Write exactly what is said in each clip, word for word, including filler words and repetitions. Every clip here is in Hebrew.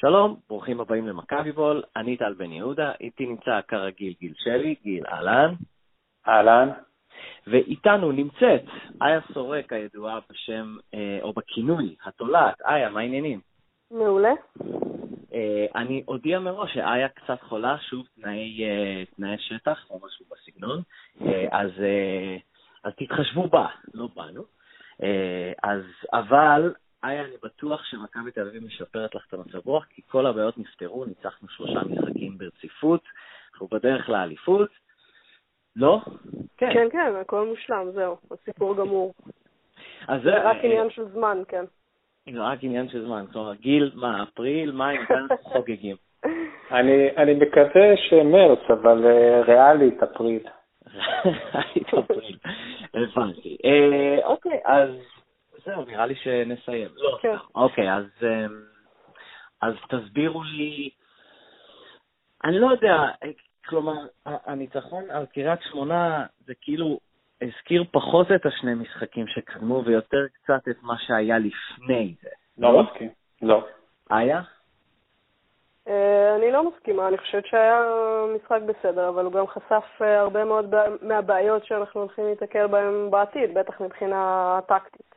שלום, ברוכים הבאים למכבי בול, אני טל בן יהודה, איתי נמצא כרגיל גיל שלי, גיל אהלן. אהלן. ואיתנו נמצאת איה סורק הידועה בשם, או בכינוי, התולעת. איה, מה העניינים? מעולה. אני הודיע מראש שאיה קצת חולה, שוב תנאי, תנאי שטח או משהו בסגנון, אז, אז תתחשבו בה, לא בנו. אז, אבל איה, אני בטוח שמכבי תל אביב משפרת לך את המצב רוח, כי כל הבעיות נפתרו, ניצחנו שלושה משחקים ברציפות, אנחנו בדרך לאליפות. לא? כן. כן, כן, הכל מושלם, זהו, הסיפור גמור. אז זה רק עניין של זמן, כן. זה רק עניין של זמן, כלומר, גיל, מה, אפריל, מה, אם כאן חוגגים? אני, אני מקווה שמרץ, אבל ריאלית אפריל. ריאלית אפריל, הבנתי. אוקיי, אז זהו, נראה לי שנסיים. לא, כן. אוקיי, אז, אז תסבירו לי, אני לא יודע, כלומר, הניצחון על קריית שמונה זה כאילו הזכיר פחות את השני משחקים שקדמו ויותר קצת את מה שהיה לפני זה. לא מסכים, לא. איה? אני לא מסכימה, אני חושבת שהיה משחק בסדר, אבל הוא גם חשף הרבה מאוד מהבעיות שאנחנו הולכים להתקל בהן בעתיד, בטח מבחינה טקטית.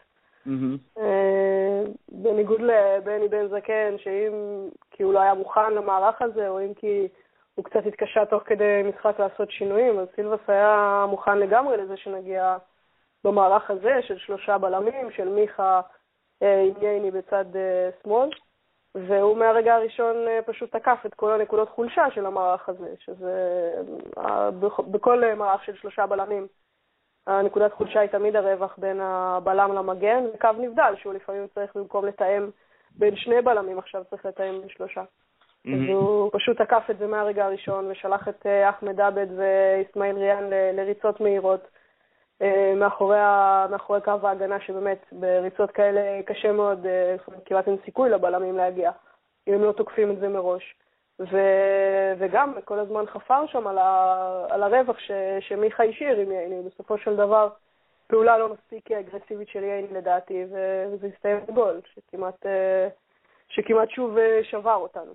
בניגוד לבני בן זקן, שאם כי הוא לא היה מוכן למערך הזה, או אם כי הוא קצת התקשה תוך כדי משחק לעשות שינויים, אז סילבס היה מוכן לגמרי לזה שנגיע במערך הזה של שלושה בלמים, של מיכה עם ייני בצד שמאל, והוא מהרגע הראשון פשוט תקף את כל הנקודות חולשה של המערך הזה, שזה בכל מערך של שלושה בלמים. הנקודת חולשה היא תמיד הרווח בין הבלם למגן, וקו נבדל, שהוא לפעמים צריך במקום לתאם בין שני בלמים, עכשיו צריך לתאם בין שלושה. אז הוא פשוט תקף את זה מהרגע הראשון, ושלח את אחמד עבד ואיסמאעיל ריאן לריצות מהירות מאחורי, מאחורי קו ההגנה, שבאמת בריצות כאלה קשה מאוד, כמעט אין סיכוי לבלמים להגיע, אם הם לא תוקפים את זה מראש. ו... וגם כל הזמן חפר שם על, ה... על הרווח ש... שמיכה השאיר עם ייני. בסופו של דבר, פעולה לא מספיק אגרסיבית של ייני לדעתי, ו... וזה הסתיים בגול, שכמעט, שכמעט שוב שבר אותנו.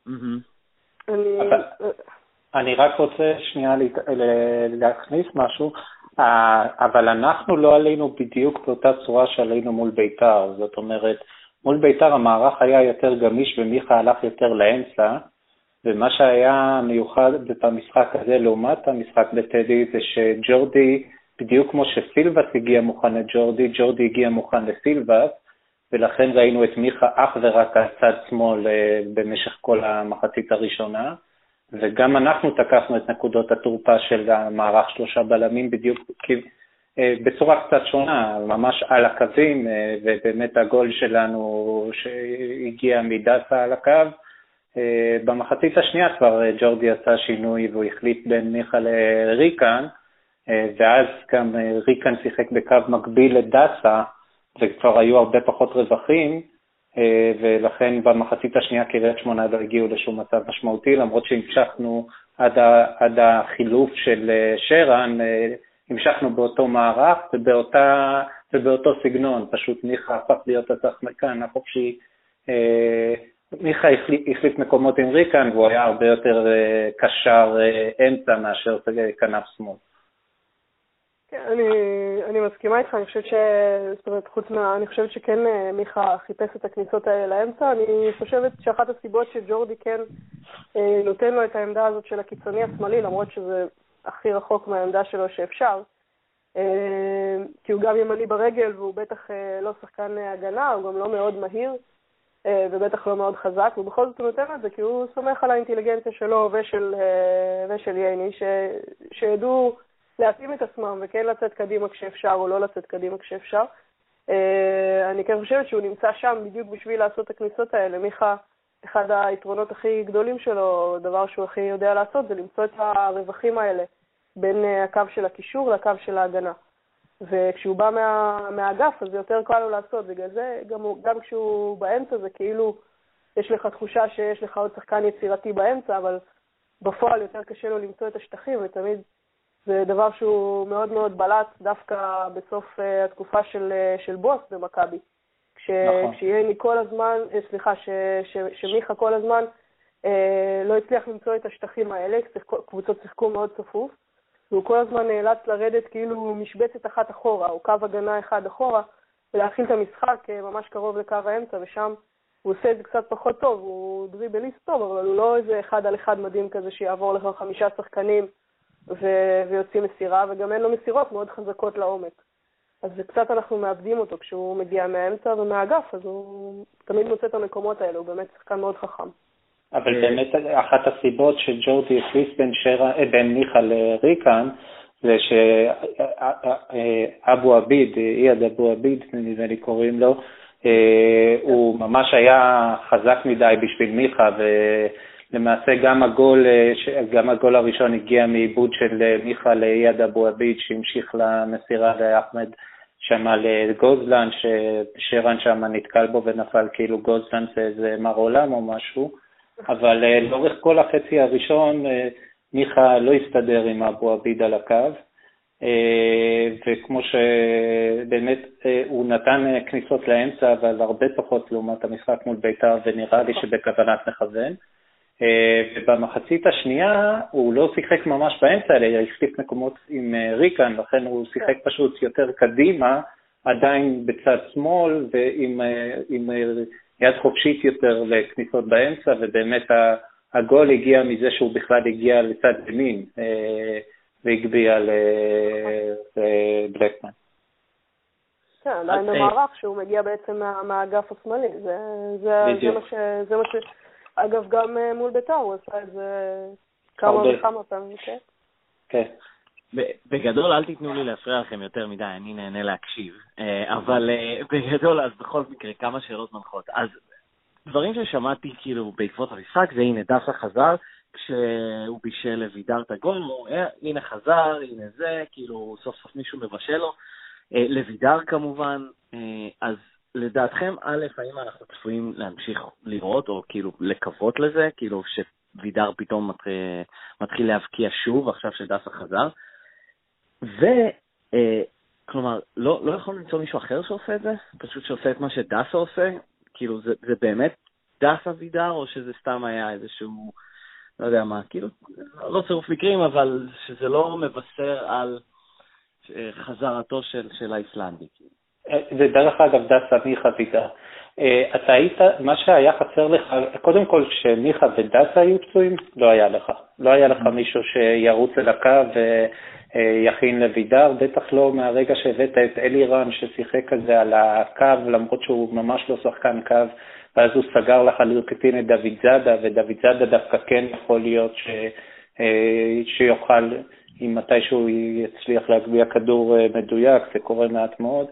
אני... אני רק רוצה שנייה להכניס משהו, אבל אנחנו לא עלינו בדיוק באותה צורה שעלינו מול ביתר. זאת אומרת, מול ביתר המערך היה יותר גמיש ומיכה הלך יותר לאמצע, ומה שהיה מיוחד במשחק הזה לעומת המשחק בטדי זה שג'ורדי, בדיוק כמו שסילבס הגיע מוכן לג'ורדי, ג'ורדי הגיע מוכן לסילבס, ולכן ראינו את מיכה אך ורק על צד שמאל במשך כל המחצית הראשונה, וגם אנחנו תקפנו את נקודות התורפה של המערך שלושה בלמים בדיוק בצורה קצת שונה, ממש על הקווים, ובאמת הגול שלנו שהגיע מדסה על הקו, במחצית השנייה כבר ג'ורדי עשה שינוי והוא החליט בין מיכה לריקן, ואז גם ריקן שיחק בקו מקביל לדסה, וכבר היו הרבה פחות רווחים, ולכן במחצית השנייה קריית שמונה לא הגיעו לשום מצב משמעותי, למרות שהמשכנו עד, ה, עד החילוף של שרן, המשכנו באותו מערך ובאותה, ובאותו סגנון, פשוט מיכה הפך להיות השחקן החופשי, מיכה החליף מקומות עם ריקן, והוא היה הרבה יותר קשר אמצע מאשר כנף שמאל. כן, אני, אני מסכימה איתך, אני חושבת ש... זאת אומרת, חוץ מה... אני חושבת שכן מיכה חיפש את הכניסות האלה לאמצע, אני חושבת שאחת הסיבות שג'ורדי כן נותן לו את העמדה הזאת של הקיצוני השמאלי, למרות שזה הכי רחוק מהעמדה שלו שאפשר, כי הוא גם ימני ברגל, והוא בטח לא שחקן הגנה, הוא גם לא מאוד מהיר, ובטח לא מאוד חזק, ובכל זאת הוא נותן את זה, כי הוא סומך על האינטליגנציה שלו ושל, ושל ייני, ש... שידעו להתאים את עצמם וכן לצאת קדימה כשאפשר או לא לצאת קדימה כשאפשר. אני כן חושבת שהוא נמצא שם בדיוק בשביל לעשות את הכניסות האלה. מיכה, אחד היתרונות הכי גדולים שלו, דבר שהוא הכי יודע לעשות, זה למצוא את הרווחים האלה בין הקו של הקישור לקו של ההגנה. וכשהוא בא מה, מהאגף, אז זה יותר קל לו לעשות. בגלל זה, גם, גם כשהוא באמצע, זה כאילו יש לך תחושה שיש לך עוד שחקן יצירתי באמצע, אבל בפועל יותר קשה לו למצוא את השטחים, ותמיד זה דבר שהוא מאוד מאוד בלט דווקא בסוף התקופה של, של בוס במכבי. כש, נכון. כשייני כל הזמן, סליחה, ש, ש, שמיכה כל הזמן אה, לא הצליח למצוא את השטחים האלה, קבוצות שיחקו מאוד צפוף, והוא כל הזמן נאלץ לרדת כאילו משבצת אחת אחורה, או קו הגנה אחד אחורה, ולהכיל את המשחק ממש קרוב לקו האמצע, ושם הוא עושה את זה קצת פחות טוב, הוא דריבליסט טוב, אבל הוא לא איזה אחד על אחד מדהים כזה שיעבור לך חמישה שחקנים ו- ויוציא מסירה, וגם אין לו מסירות מאוד חזקות לעומק. אז קצת אנחנו מאבדים אותו כשהוא מגיע מהאמצע ומהאגף, אז הוא תמיד מוצא את המקומות האלה, הוא באמת שחקן מאוד חכם. אבל באמת אחת הסיבות שג'ורדי הכניס בין, בין מיכה לריקן, זה שאבו עביד, אייד אבו עביד, נדמה לי קוראים לו, הוא ממש היה חזק מדי בשביל מיכה, ולמעשה גם הגול, גם הגול הראשון הגיע מעיבוד של מיכה לאייד אבו עביד, שהמשיך למסירה לאחמד שם לגוזלן, ששרן שם נתקל בו ונפל כאילו גוזלן זה איזה מר עולם או משהו, אבל לאורך כל החצי הראשון מיכה לא הסתדר עם אבו עביד על הקו, וכמו שבאמת הוא נתן כניסות לאמצע, אבל הרבה פחות לעומת המשחק מול בית"ר, ונראה לי שבכוונת מכוון. ובמחצית השנייה הוא לא שיחק ממש באמצע, אלא החליף מקומות עם ריקן, לכן הוא שיחק פשוט יותר קדימה, עדיין בצד שמאל, ועם עם יד חופשית יותר לכניסות באמצע, ובאמת הגול הגיע מזה שהוא בכלל הגיע לצד ימין, והגביע לבלקמן. כן, עדיין במערך שהוא מגיע בעצם מהאגף השמאלי, זה מה ש... אגב, גם מול בית"ר הוא עשה את זה כמה וכמה פעמים, כן? כן. בגדול, אל תיתנו לי להפריע לכם יותר מדי, אני נהנה להקשיב, אבל בגדול, אז בכל מקרה, כמה שאלות מנחות. אז דברים ששמעתי כאילו בעקבות המשחק, זה הנה דסה חזר, כשהוא בישל לוידר את הגול, הוא, הנה חזר, הנה זה, כאילו סוף סוף מישהו מבשל לו, לוידר כמובן, אז לדעתכם, א', האם אנחנו צפויים להמשיך לראות, או כאילו לקוות לזה, כאילו שווידר פתאום מתחיל, מתחיל להבקיע שוב, עכשיו שדסה חזר, וכלומר, לא, לא יכול למצוא מישהו אחר שעושה את זה, פשוט שעושה את מה שדסה עושה, כאילו זה, זה באמת דסה וידר, או שזה סתם היה איזשהו, לא יודע מה, כאילו, לא צירוף מקרים, אבל שזה לא מבשר על חזרתו של, של האיסלנדי. זה דרך אגב דסה מיכה וידר. אתה היית, מה שהיה חסר לך, קודם כל כשמיכה ודסה היו פצועים, לא היה לך. לא היה לך מישהו שירוץ אל הקו ויכין לוידר, בטח לא מהרגע שהבאת את אלירן ששיחק כזה על הקו, למרות שהוא ממש לא שחקן קו, ואז הוא סגר לחלוטין את דוד זאדה, ודוד זאדה דווקא כן יכול להיות ש, שיוכל, אם מתישהו יצליח להגביע כדור מדויק, זה קורה מעט מאוד,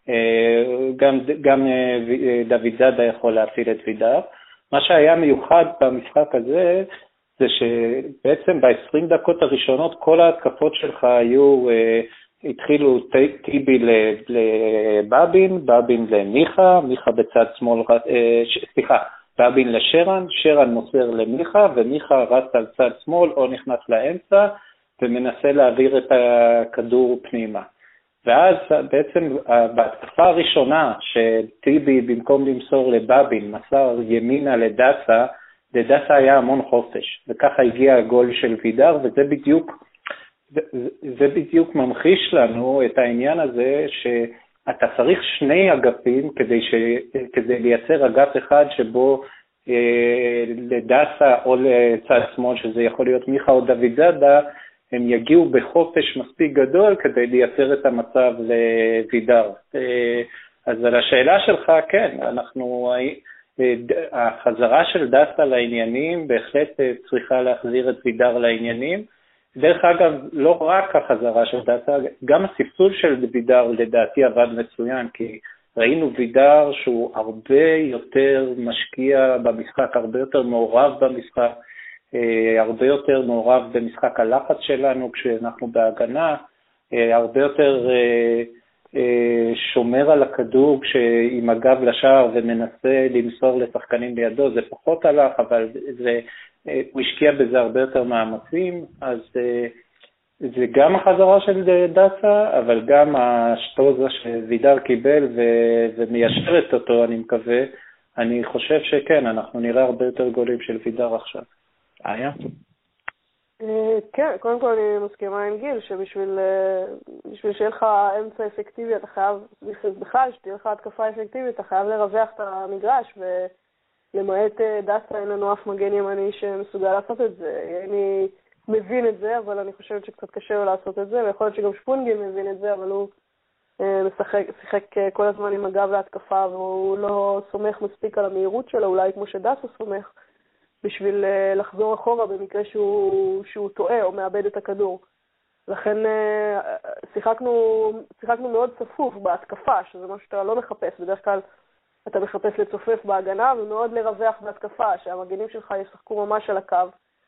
גם, גם דוד זאדה יכול להפעיל את וידר. מה שהיה מיוחד במשחק הזה, זה שבעצם ב-עשרים דקות הראשונות כל ההתקפות שלך היו, התחילו טיבי לבאבין, באבין למיכה, מיכה בצד שמאל, סליחה, באבין לשרן, שרן מוסר למיכה, ומיכה רץ על צד שמאל או נכנס לאמצע, ומנסה להעביר את הכדור פנימה. ואז בעצם בהתקפה הראשונה שטיבי במקום למסור לבאבין מסר ימינה לדסה, לדסה היה המון חופש, וככה הגיע הגול של וידר, וזה בדיוק, זה, זה בדיוק ממחיש לנו את העניין הזה שאתה צריך שני אגפים כדי, ש, כדי לייצר אגף אחד שבו אה, לדסה או לצד שמאל, שזה יכול להיות מיכה או דוד זאדה, הם יגיעו בחופש מספיק גדול כדי לייצר את המצב לוידר. אז על השאלה שלך, כן, אנחנו, החזרה של דסה לעניינים בהחלט צריכה להחזיר את וידר לעניינים. דרך אגב, לא רק החזרה של דסה, גם הספסול של וידר לדעתי עבד מצוין, כי ראינו וידר שהוא הרבה יותר משקיע במשחק, הרבה יותר מעורב במשחק, הרבה יותר מעורב במשחק הלחץ שלנו כשאנחנו בהגנה, הרבה יותר שומר על הכדור עם הגב לשער ומנסה למסור לשחקנים לידו, זה פחות הלך, אבל זה, הוא השקיע בזה הרבה יותר מאמצים, אז זה גם החזרה של דסה, אבל גם השטוזה שווידר קיבל ו- ומיישרת אותו, אני מקווה. אני חושב שכן, אנחנו נראה הרבה יותר גולים של וידר עכשיו. היה? כן, קודם כל אני מסכימה עם גיל, שבשביל בשביל שיהיה לך אמצע אפקטיבי, אתה חייב, בכלל, שתהיה לך התקפה אפקטיבית, אתה חייב לרווח את המגרש, ולמעט דסה אין לנו אף מגן ימני שמסוגל לעשות את זה. אני מבין את זה, אבל אני חושבת שקצת קשה לו לעשות את זה, ויכול להיות שגם שפונגל מבין את זה, אבל הוא משחק, שיחק כל הזמן עם הגב להתקפה, והוא לא סומך מספיק על המהירות שלו, אולי כמו שדסה סומך, בשביל לחזור אחורה במקרה שהוא, שהוא טועה או מאבד את הכדור. לכן שיחקנו, שיחקנו מאוד צפוף בהתקפה, שזה משהו שאתה לא מחפש. בדרך כלל אתה מחפש לצופף בהגנה ומאוד לרווח בהתקפה, שהמגנים שלך ישחקו ממש על הקו.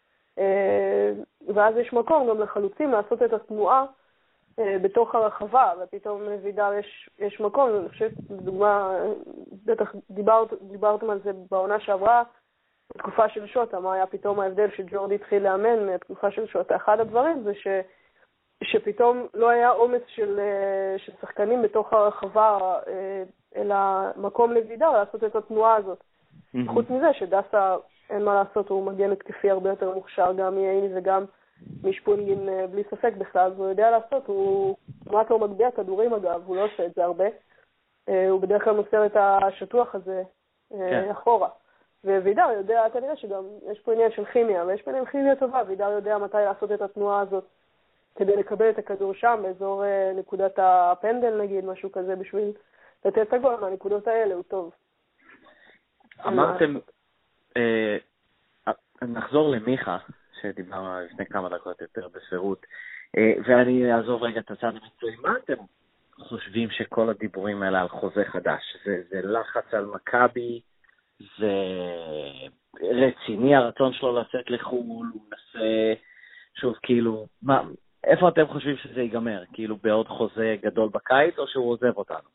ואז יש מקום גם לחלוצים לעשות את התנועה בתוך הרחבה, ופתאום לוידר יש, יש מקום. אני חושבת, לדוגמה, בטח דיברת, דיברתם על זה בעונה שעברה, בתקופה של שוטה, מה היה פתאום ההבדל שג'ורדי התחיל לאמן בתקופה של שוטה? אחד הדברים זה ש, שפתאום לא היה אומץ של, של שחקנים בתוך הרחבה, אלא מקום לוידר לעשות את התנועה הזאת. Mm-hmm. חוץ מזה שדסה, אין מה לעשות, הוא מגן התקפי הרבה יותר מוכשר, גם מייני וגם משפונגין בלי ספק בכלל, והוא יודע לעשות, הוא כמעט לא מגביה כדורים אגב, הוא לא עושה את זה הרבה. הוא בדרך כלל מוסר את השטוח הזה כן. אחורה. ווידר יודע, כנראה שגם יש פה עניין של כימיה, ויש פה עניין כימיה טובה, וידר יודע מתי לעשות את התנועה הזאת כדי לקבל את הכדור שם, באזור נקודת הפנדל נגיד, משהו כזה, בשביל לתת את הגול מהנקודות האלה, הוא טוב. אמרתם, אה, נחזור למיכה, שדיברנו לפני כמה דקות יותר בפירוט, אה, ואני אעזוב רגע את הצד המקצועי. מה אתם חושבים שכל הדיבורים האלה על חוזה חדש? זה, זה לחץ על מכבי, זה רציני הרצון שלו לצאת לחול, הוא מנסה, שוב, כאילו, מה, איפה אתם חושבים שזה ייגמר? כאילו בעוד חוזה גדול בקיץ, או שהוא עוזב אותנו?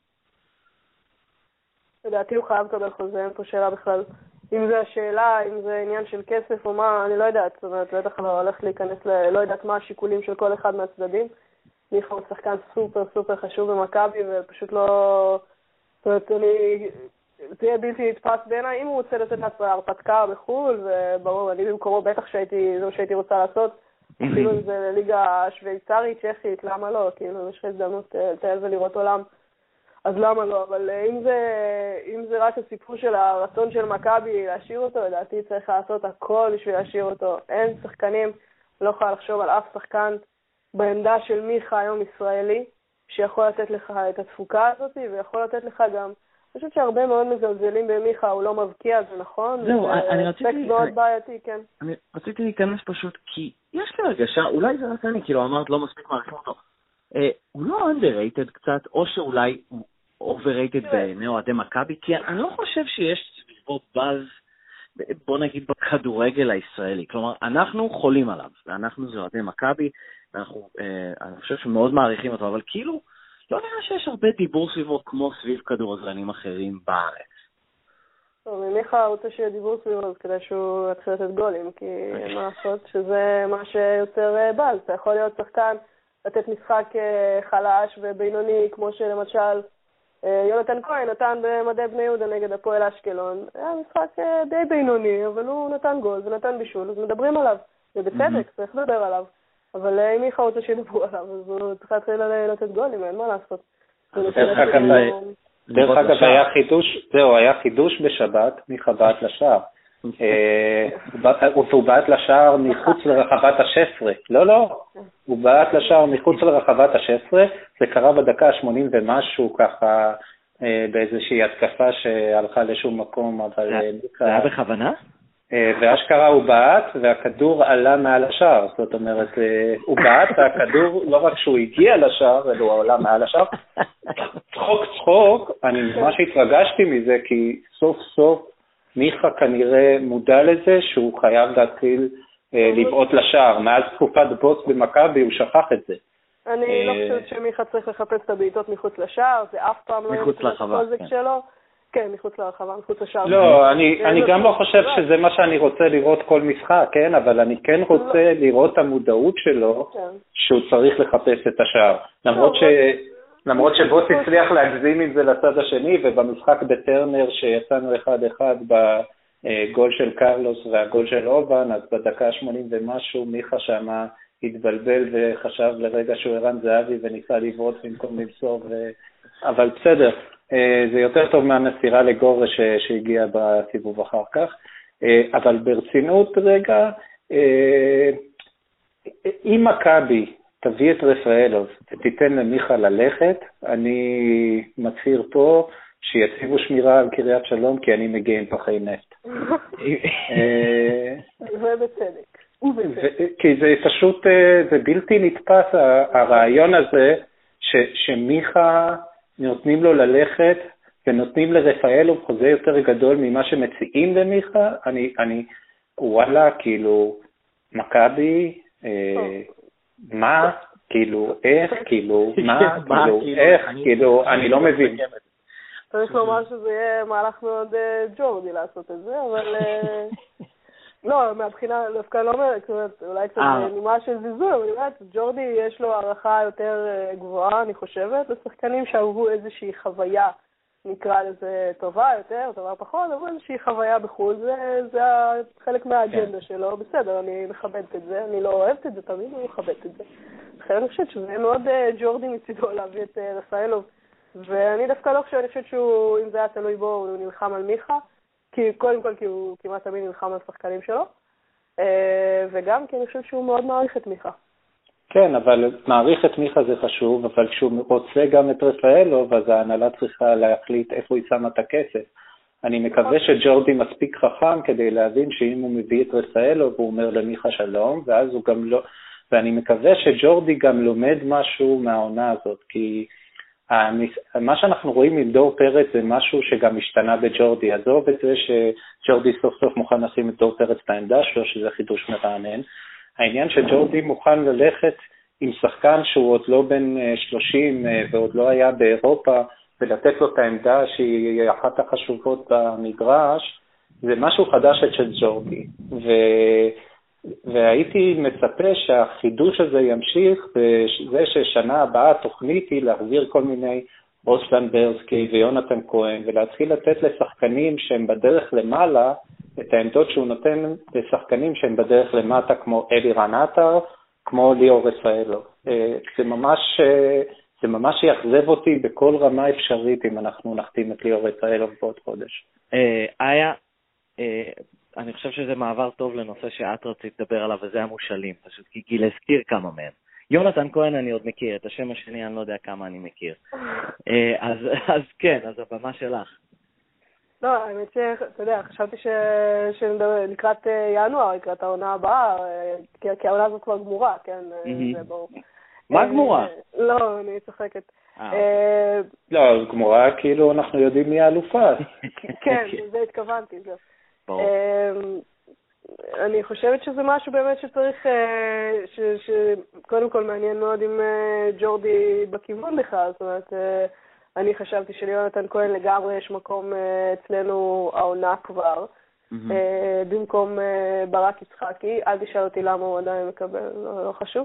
לדעתי הוא חייב לקבל חוזה, אין פה שאלה בכלל. אם זה השאלה, אם זה עניין של כסף או מה, אני לא יודעת, זאת אומרת, בטח לא הולך להיכנס ל... לא יודעת מה השיקולים של כל אחד מהצדדים. מיכה הוא שחקן סופר סופר חשוב במכבי, ופשוט לא... זאת אומרת, אני... זה יהיה בלתי נתפס בעיניי, אם הוא רוצה לתת לעצמה הרפתקה בחו"ל, וברור, אני במקומו בטח שהייתי, זה מה שהייתי רוצה לעשות, אפילו אם זה ליגה שוויצרית, צ'כית, למה לא? כאילו, יש לך הזדמנות לטייל ולראות עולם, אז למה לא? אבל אם זה, אם זה רק הסיפור של הרצון של מכבי להשאיר אותו, לדעתי צריך לעשות הכל בשביל להשאיר אותו. אין שחקנים, לא יכולה לחשוב על אף שחקן בעמדה של מיכה היום ישראלי, שיכול לתת לך את התפוקה הזאת, ויכול לתת לך גם, אני חושבת שהרבה מאוד מזלזלים במיכה, הוא לא מבקיע, זה נכון? זהו, אני רציתי... זה מאוד בעייתי, כן. אני רציתי להיכנס פשוט, כי יש לי הרגשה, אולי זה רק אני, כאילו אמרת, לא מספיק מעריכים אותו. הוא לא underrated קצת, או שאולי הוא overrated בעיני אוהדי מכבי, כי אני לא חושב שיש סביבו באז, בוא נגיד בכדורגל הישראלי. כלומר, אנחנו חולים עליו, ואנחנו זה אוהדי מכבי, ואנחנו, אני חושב שמאוד מעריכים אותו, אבל כאילו, לא נראה שיש הרבה דיבור סביבו כמו סביב כדורגלנים אחרים בארץ. טוב, מיכה רוצה שיהיה דיבור סביבו, אז כדי שהוא יתחיל לתת גולים, כי אין מה לעשות שזה מה שיוצר באז. אתה יכול להיות שחקן, לתת משחק חלש ובינוני, כמו שלמשל יונתן כהן נתן במדי בני יהודה נגד הפועל אשקלון. היה משחק די בינוני, אבל הוא נתן גול ונתן בישול, אז מדברים עליו. ובצדק, צריך לדבר עליו. אבל אם מיכה רוצה שידברו עליו, אז הוא צריך להתחיל לתת גולים, אין מה לעשות. דרך אגב, היה חידוש, זהו, היה חידוש בשבת, מיכה בעט לשער. הוא בעט לשער מחוץ לרחבת ה-שש עשרה. לא, לא, הוא בעט לשער מחוץ לרחבת ה-שש עשרה, זה קרה בדקה ה-שמונים ומשהו, ככה באיזושהי התקפה שהלכה לשום מקום, אבל... זה היה בכוונה? ואשכרה הוא בעט, והכדור עלה מעל השער. זאת אומרת, הוא בעט, והכדור, לא רק שהוא הגיע לשער, אלא הוא עלה מעל השער. צחוק צחוק, אני ממש התרגשתי מזה, כי סוף סוף מיכה כנראה מודע לזה שהוא חייב להתחיל לבעוט לשער. מאז תקופת בוץ במכבי הוא שכח את זה. אני לא חושבת שמיכה צריך לחפש את הבעיטות מחוץ לשער, זה אף פעם לא מחוץ לחווה, כן. שלו. כן, מחוץ לרחבה, מחוץ לשער. לא, אני, אני גם לא חושב שזה מה שאני רוצה לראות כל משחק, כן? אבל אני כן רוצה לראות את המודעות שלו, שהוא צריך לחפש את השער. למרות ש... למרות שבו תצליח להגזים עם זה לצד השני, ובמשחק בטרנר שיצאנו אחד אחד בגול של קרלוס והגול של אובן, אז בדקה שמונים ומשהו מיכה שמה התבלבל וחשב לרגע שהוא ערן זהבי וניסה לברות במקום למסור, ו... אבל בסדר, זה יותר טוב מהמסירה לגורש שהגיע בסיבוב אחר כך. אבל ברצינות רגע, אם מכבי תביא את רפאלוב ותיתן למיכה ללכת, אני מצהיר פה שיציבו שמירה על קריית שלום, כי אני מגיע עם פחי נפט. ובצדק. כי זה פשוט, זה בלתי נתפס הרעיון הזה, שמיכה נותנים לו ללכת, ונותנים לרפאלוב חוזה יותר גדול ממה שמציעים למיכה. אני, אני, וואלה, כאילו, מכבי, מה, כאילו, איך, כאילו, מה, כאילו, איך, כאילו, אני לא מבין. צריך לומר שזה יהיה מהלך מאוד ג'ורדי לעשות את זה, אבל לא, מהבחינה, דווקא לא אומרת, אולי קצת נימה של זיזוי, אבל באמת, ג'ורדי יש לו הערכה יותר גבוהה, אני חושבת, לשחקנים שעברו איזושהי חוויה, נקרא לזה טובה יותר, טובה פחות, אבל איזושהי חוויה בחו"ל, זה, זה חלק מהאג'נדה שלו, בסדר, אני מכבדת את זה, אני לא אוהבת את זה, תמיד אני מכבדת את זה. לכן אני חושבת שזה מאוד ג'ורדי מצידו להביא את רפאלוב, ואני דווקא לא חושבת, אני חושבת שהוא, אם זה היה תלוי בו, הוא נלחם על מיכה, כי קודם כל כי הוא כמעט תמיד נלחם על שחקנים שלו, וגם כי אני חושבת שהוא מאוד מעריך את מיכה. כן, אבל מעריך את מיכה זה חשוב, אבל כשהוא רוצה גם את רפאלוב, אז ההנהלה צריכה להחליט איפה היא שמה את הכסף. אני מקווה שג'ורדי מספיק חכם כדי להבין שאם הוא מביא את רפאלוב, הוא אומר למיכה שלום, ואז הוא גם לא, ואני מקווה שג'ורדי גם לומד משהו מהעונה הזאת, כי מה שאנחנו רואים עם דור פרץ זה משהו שגם השתנה בג'ורדי. עזוב את זה שג'ורדי סוף סוף מוכן לשים את דור פרץ לעמדה שלו, שזה חידוש מרענן. העניין שג'ורדי מוכן ללכת עם שחקן שהוא עוד לא בן שלושים ועוד לא היה באירופה, ולתת לו את העמדה שהיא אחת החשובות במגרש, זה משהו חדש אצל ג'ורדי. ו... והייתי מצפה שהחידוש הזה ימשיך, וזה ששנה הבאה תוכנית היא להחזיר כל מיני רוסלן ברסקי ויונתן כהן, ולהתחיל לתת לשחקנים שהם בדרך למעלה, את העמדות שהוא נותן לשחקנים שהם בדרך למטה, כמו אלי רנטר, כמו ליאור רפאלוב. זה ממש, זה ממש יחזב אותי בכל רמה אפשרית אם אנחנו נחתים את ליאור רפאלוב בעוד חודש. איה, אני חושב שזה מעבר טוב לנושא שאת רצית לדבר עליו, וזה המושלים, פשוט כי גיל הזכיר כמה מהם. יונתן כהן אני עוד מכיר, את השם השני אני לא יודע כמה אני מכיר. אז, אז כן, אז הבמה שלך. לא, האמת שאתה יודע, חשבתי שלקראת ינואר, לקראת העונה הבאה, כי העונה הזאת כבר גמורה, כן, זה ברור. מה גמורה? לא, אני צוחקת. לא, גמורה כאילו אנחנו יודעים מי האלופה. כן, זה התכוונתי, זה. אני חושבת שזה משהו באמת שצריך, שקודם כל מעניין מאוד עם ג'ורדי בכיוון בכלל, זאת אומרת, אני חשבתי שליונתן כהן לגמרי יש מקום אצלנו העונה כבר, במקום ברק יצחקי, אל תשאל אותי למה הוא עדיין מקבל, לא חשוב.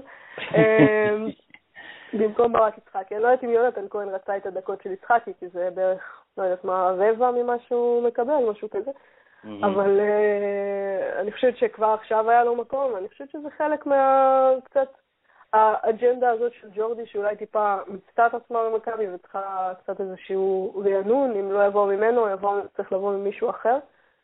במקום ברק יצחקי, אני לא יודעת אם יונתן כהן רצה את הדקות של יצחקי, כי זה בערך, לא יודעת מה, רבע ממה שהוא מקבל, משהו כזה. אבל אני חושבת שכבר עכשיו היה לו מקום, אני חושבת שזה חלק מה... קצת האג'נדה הזאת של ג'ורדי, שאולי טיפה מצטעת עצמה במכבי, וצריכה קצת איזשהו רענון, אם לא יבוא ממנו, יבוא, צריך לבוא ממישהו אחר.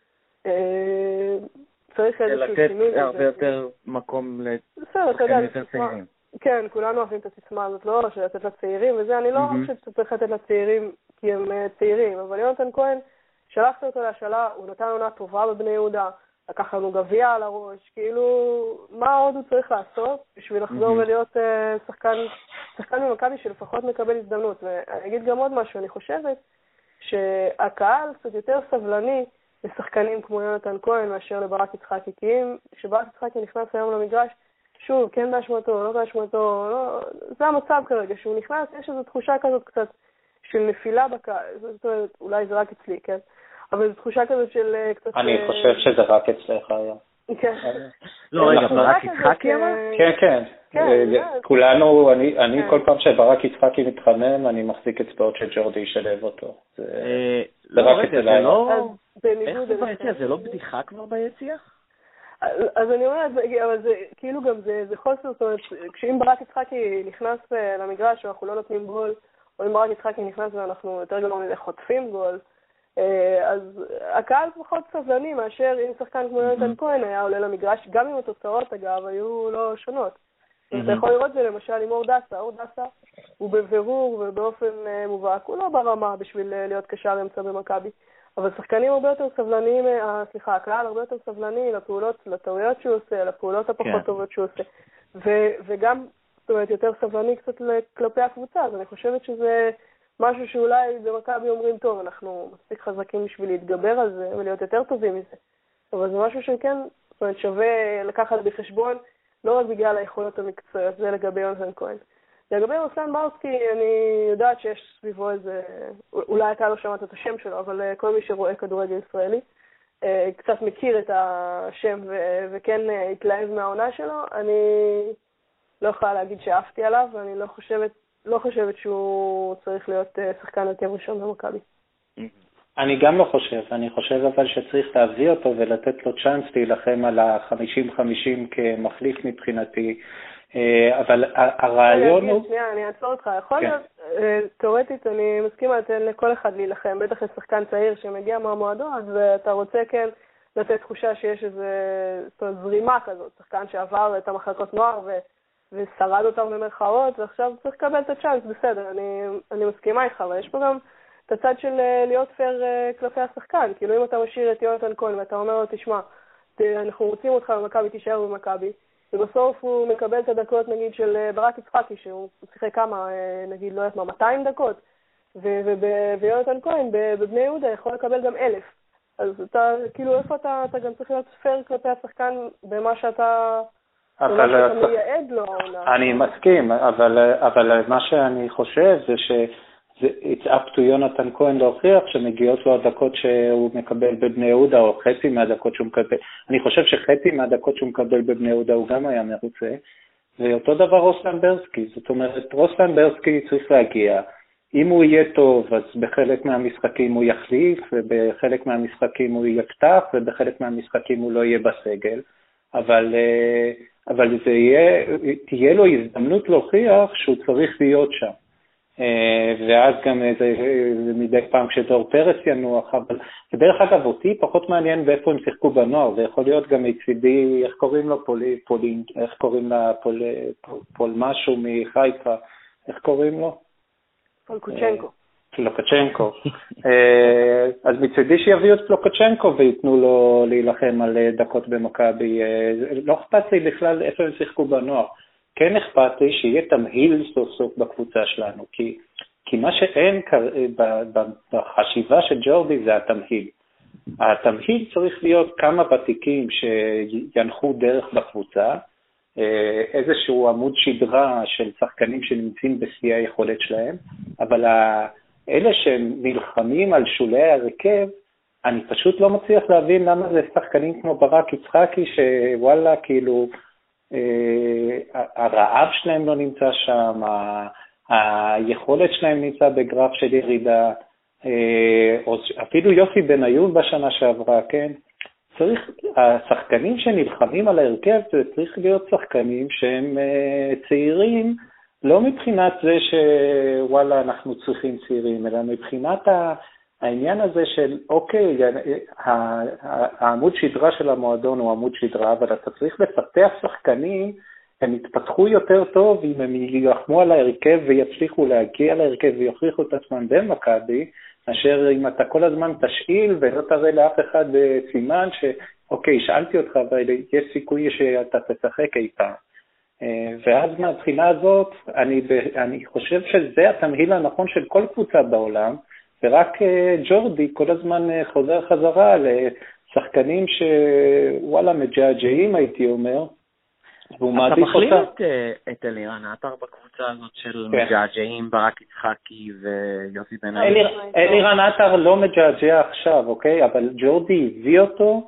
צריך איזשהו שינוי. לתת הרבה יותר מקום לשחקנים יותר צעירים. כן, כולנו אוהבים את הסיסמה הזאת, לא שלתת לצעירים, וזה אני לא חושבת שצריך לתת לצעירים כי הם צעירים, אבל יונתן כהן, שלחת אותו להשאלה, הוא נתן עונה טובה בבני יהודה, לקח לנו גביע על הראש, כאילו, מה עוד הוא צריך לעשות בשביל לחזור ולהיות שחקן, שחקן במכבי שלפחות מקבל הזדמנות. ואני אגיד גם עוד משהו, אני חושבת שהקהל קצת יותר סבלני לשחקנים כמו יונתן כהן מאשר לברק יצחקי, כי אם שברק יצחקי נכנס היום למגרש, שוב, כן באשמתו, לא באשמתו, לא, זה המצב כרגע, שהוא נכנס, יש איזו תחושה כזאת קצת, של נפילה בקהל, זאת אומרת, אולי זה רק אצלי, כן? אבל זו תחושה כזאת של קצת... אני חושב שזה רק אצלך היה. כן. לא, רגע, ברק יצחקי אמר? כן, כן. כולנו, אני כל פעם שברק יצחקי מתחמם, אני מחזיק אצבעות שג'ורדי ישלב אותו. זה רק אצלך. איך זה ביציע? זה לא בדיחה כבר ביציע? אז אני אומרת, אבל זה כאילו גם זה חוסר, זאת אומרת, כשאם ברק יצחקי נכנס למגרש ואנחנו לא נותנים גול, או אם ברק יצחקי נכנס ואנחנו יותר גדול חוטפים גול, אז הקהל פחות סבלני מאשר אם שחקן כמו יונתן כהן היה עולה למגרש, גם אם התוצאות אגב היו לא שונות. אתה יכול לראות זה למשל עם אור דסה, אור דסה הוא בבירור ובאופן מובהק, הוא לא ברמה בשביל להיות קשר אמצע במכבי, אבל שחקנים הרבה יותר סבלניים, סליחה, הקהל הרבה יותר סבלני לפעולות, לטעויות שהוא עושה, לפעולות הפחות טובות שהוא עושה, וגם, זאת אומרת, יותר סבלני קצת כלפי הקבוצה, אז אני חושבת שזה משהו שאולי במכבי אומרים, טוב, אנחנו מספיק חזקים בשביל להתגבר על זה ולהיות יותר טובים מזה. אבל זה משהו שכן, זאת אומרת, שווה לקחת בחשבון, לא רק בגלל היכולות המקצועיות, זה לגבי יונתן כהן. לגבי רוסלן ברסקי, אני יודעת שיש סביבו איזה, אולי אתה לא שמעת את השם שלו, אבל כל מי שרואה כדורגל ישראלי, קצת מכיר את השם ו- וכן התלהב מהעונה שלו. אני לא יכולה להגיד שאהבתי עליו, ואני לא חושבת, לא חושבת שהוא צריך להיות שחקן הרכב ראשון במכבי. אני גם לא חושב, אני חושב אבל שצריך להביא אותו ולתת לו צ'אנס להילחם על ה-חמישים חמישים כמחליף מבחינתי, אבל הרעיון הוא... שנייה, אני אעצור אותך. יכול להיות, תיאורטית, אני מסכימה לתת לכל אחד להילחם, בטח לשחקן צעיר שמגיע מהמועדון, ואתה רוצה כן לתת תחושה שיש איזו זרימה כזאת, שחקן שעבר את המחלקות נוער ושרד אותם במרכאות, ועכשיו צריך לקבל את הצ'אנס, בסדר, אני מסכימה איתך, אבל יש פה גם את הצד של להיות פייר כלפי השחקן, כאילו אם אתה משאיר את יונתן כהן ואתה אומר לו, תשמע, אנחנו רוצים אותך במכבי, תישאר במכבי, ובסוף הוא מקבל את הדקות, נגיד, של ברק יצחקי, שהוא שיחק כמה, נגיד, לא יודעת מה, מאתיים דקות, ויונתן כהן בבני יהודה יכול לקבל גם אלף. אז אתה, כאילו, איפה אתה, אתה גם צריך להיות פייר כלפי השחקן במה שאתה, במה שאתה מייעד לו העונה. אני מסכים, אבל, אבל מה שאני חושב זה ש... it's up to יונתן כהן להוכיח שמגיעות לו הדקות שהוא מקבל בבני יהודה, או חצי מהדקות שהוא מקבל. אני חושב שחצי מהדקות שהוא מקבל בבני יהודה הוא גם היה מרוצה. ואותו דבר רוסלן ברסקי. זאת אומרת, רוסלן ברסקי צריך להגיע. אם הוא יהיה טוב, אז בחלק מהמשחקים הוא יחליף, ובחלק מהמשחקים הוא יקטח, ובחלק מהמשחקים הוא לא יהיה בסגל. אבל, אבל זה יהיה, תהיה לו הזדמנות להוכיח שהוא צריך להיות שם. ואז גם זה, מדי פעם כשדור פרץ ינוח, אבל בדרך אגב אותי פחות מעניין באיפה הם שיחקו בנוער, זה יכול להיות גם מצידי, איך קוראים לו, פולי, פולין, איך קוראים לה, פול, פול, פול משהו מחיפה, איך קוראים לו? פלוקצ'נקו. פלוקצ'נקו. אז מצידי שיביאו את פלוקצ'נקו ויתנו לו להילחם על דקות במכבי, לא אכפת לי בכלל איפה הם שיחקו בנוער. כן אכפת לי שיהיה תמהיל סוף סוף בקבוצה שלנו, כי, כי מה שאין בחשיבה של ג'ורדי זה התמהיל. התמהיל צריך להיות כמה ותיקים שינחו דרך בקבוצה, איזשהו עמוד שדרה של שחקנים שנמצאים בשיא היכולת שלהם, אבל אלה שנלחמים על שולי הרכב, אני פשוט לא מצליח להבין למה זה שחקנים כמו ברק יצחקי, שוואלה כאילו... הרעב שלהם לא נמצא שם, היכולת שלהם נמצא בגרף של ירידה, אפילו יוסי בניון בשנה שעברה, כן? צריך, השחקנים שנלחמים על ההרכב, זה צריך להיות שחקנים שהם צעירים, לא מבחינת זה שוואלה אנחנו צריכים צעירים, אלא מבחינת ה... העניין הזה של, אוקיי, העמוד שדרה של המועדון הוא עמוד שדרה, אבל אתה צריך לפתח שחקנים, הם יתפתחו יותר טוב אם הם יילחמו על ההרכב ויצליחו להגיע להרכב ויוכיחו את עצמם במכבי, אשר אם אתה כל הזמן תשאיל ולא תראה לאף אחד סימן שאוקיי, שאלתי אותך, אבל יש סיכוי שאתה תשחק אי פעם. ואז מהבחינה הזאת, אני, אני חושב שזה התמהיל הנכון של כל קבוצה בעולם, ורק ג'ורדי כל הזמן חוזר חזרה לשחקנים שוואלה מג'עג'עים הייתי אומר, והוא מעדיף אותה. אתה מחליט את אלירן עטר בקבוצה הזאת של מג'עג'עים, ברק יצחקי ויוסי בן ארי? אלירן עטר לא מג'עג'ע עכשיו, אוקיי? אבל ג'ורדי הביא אותו,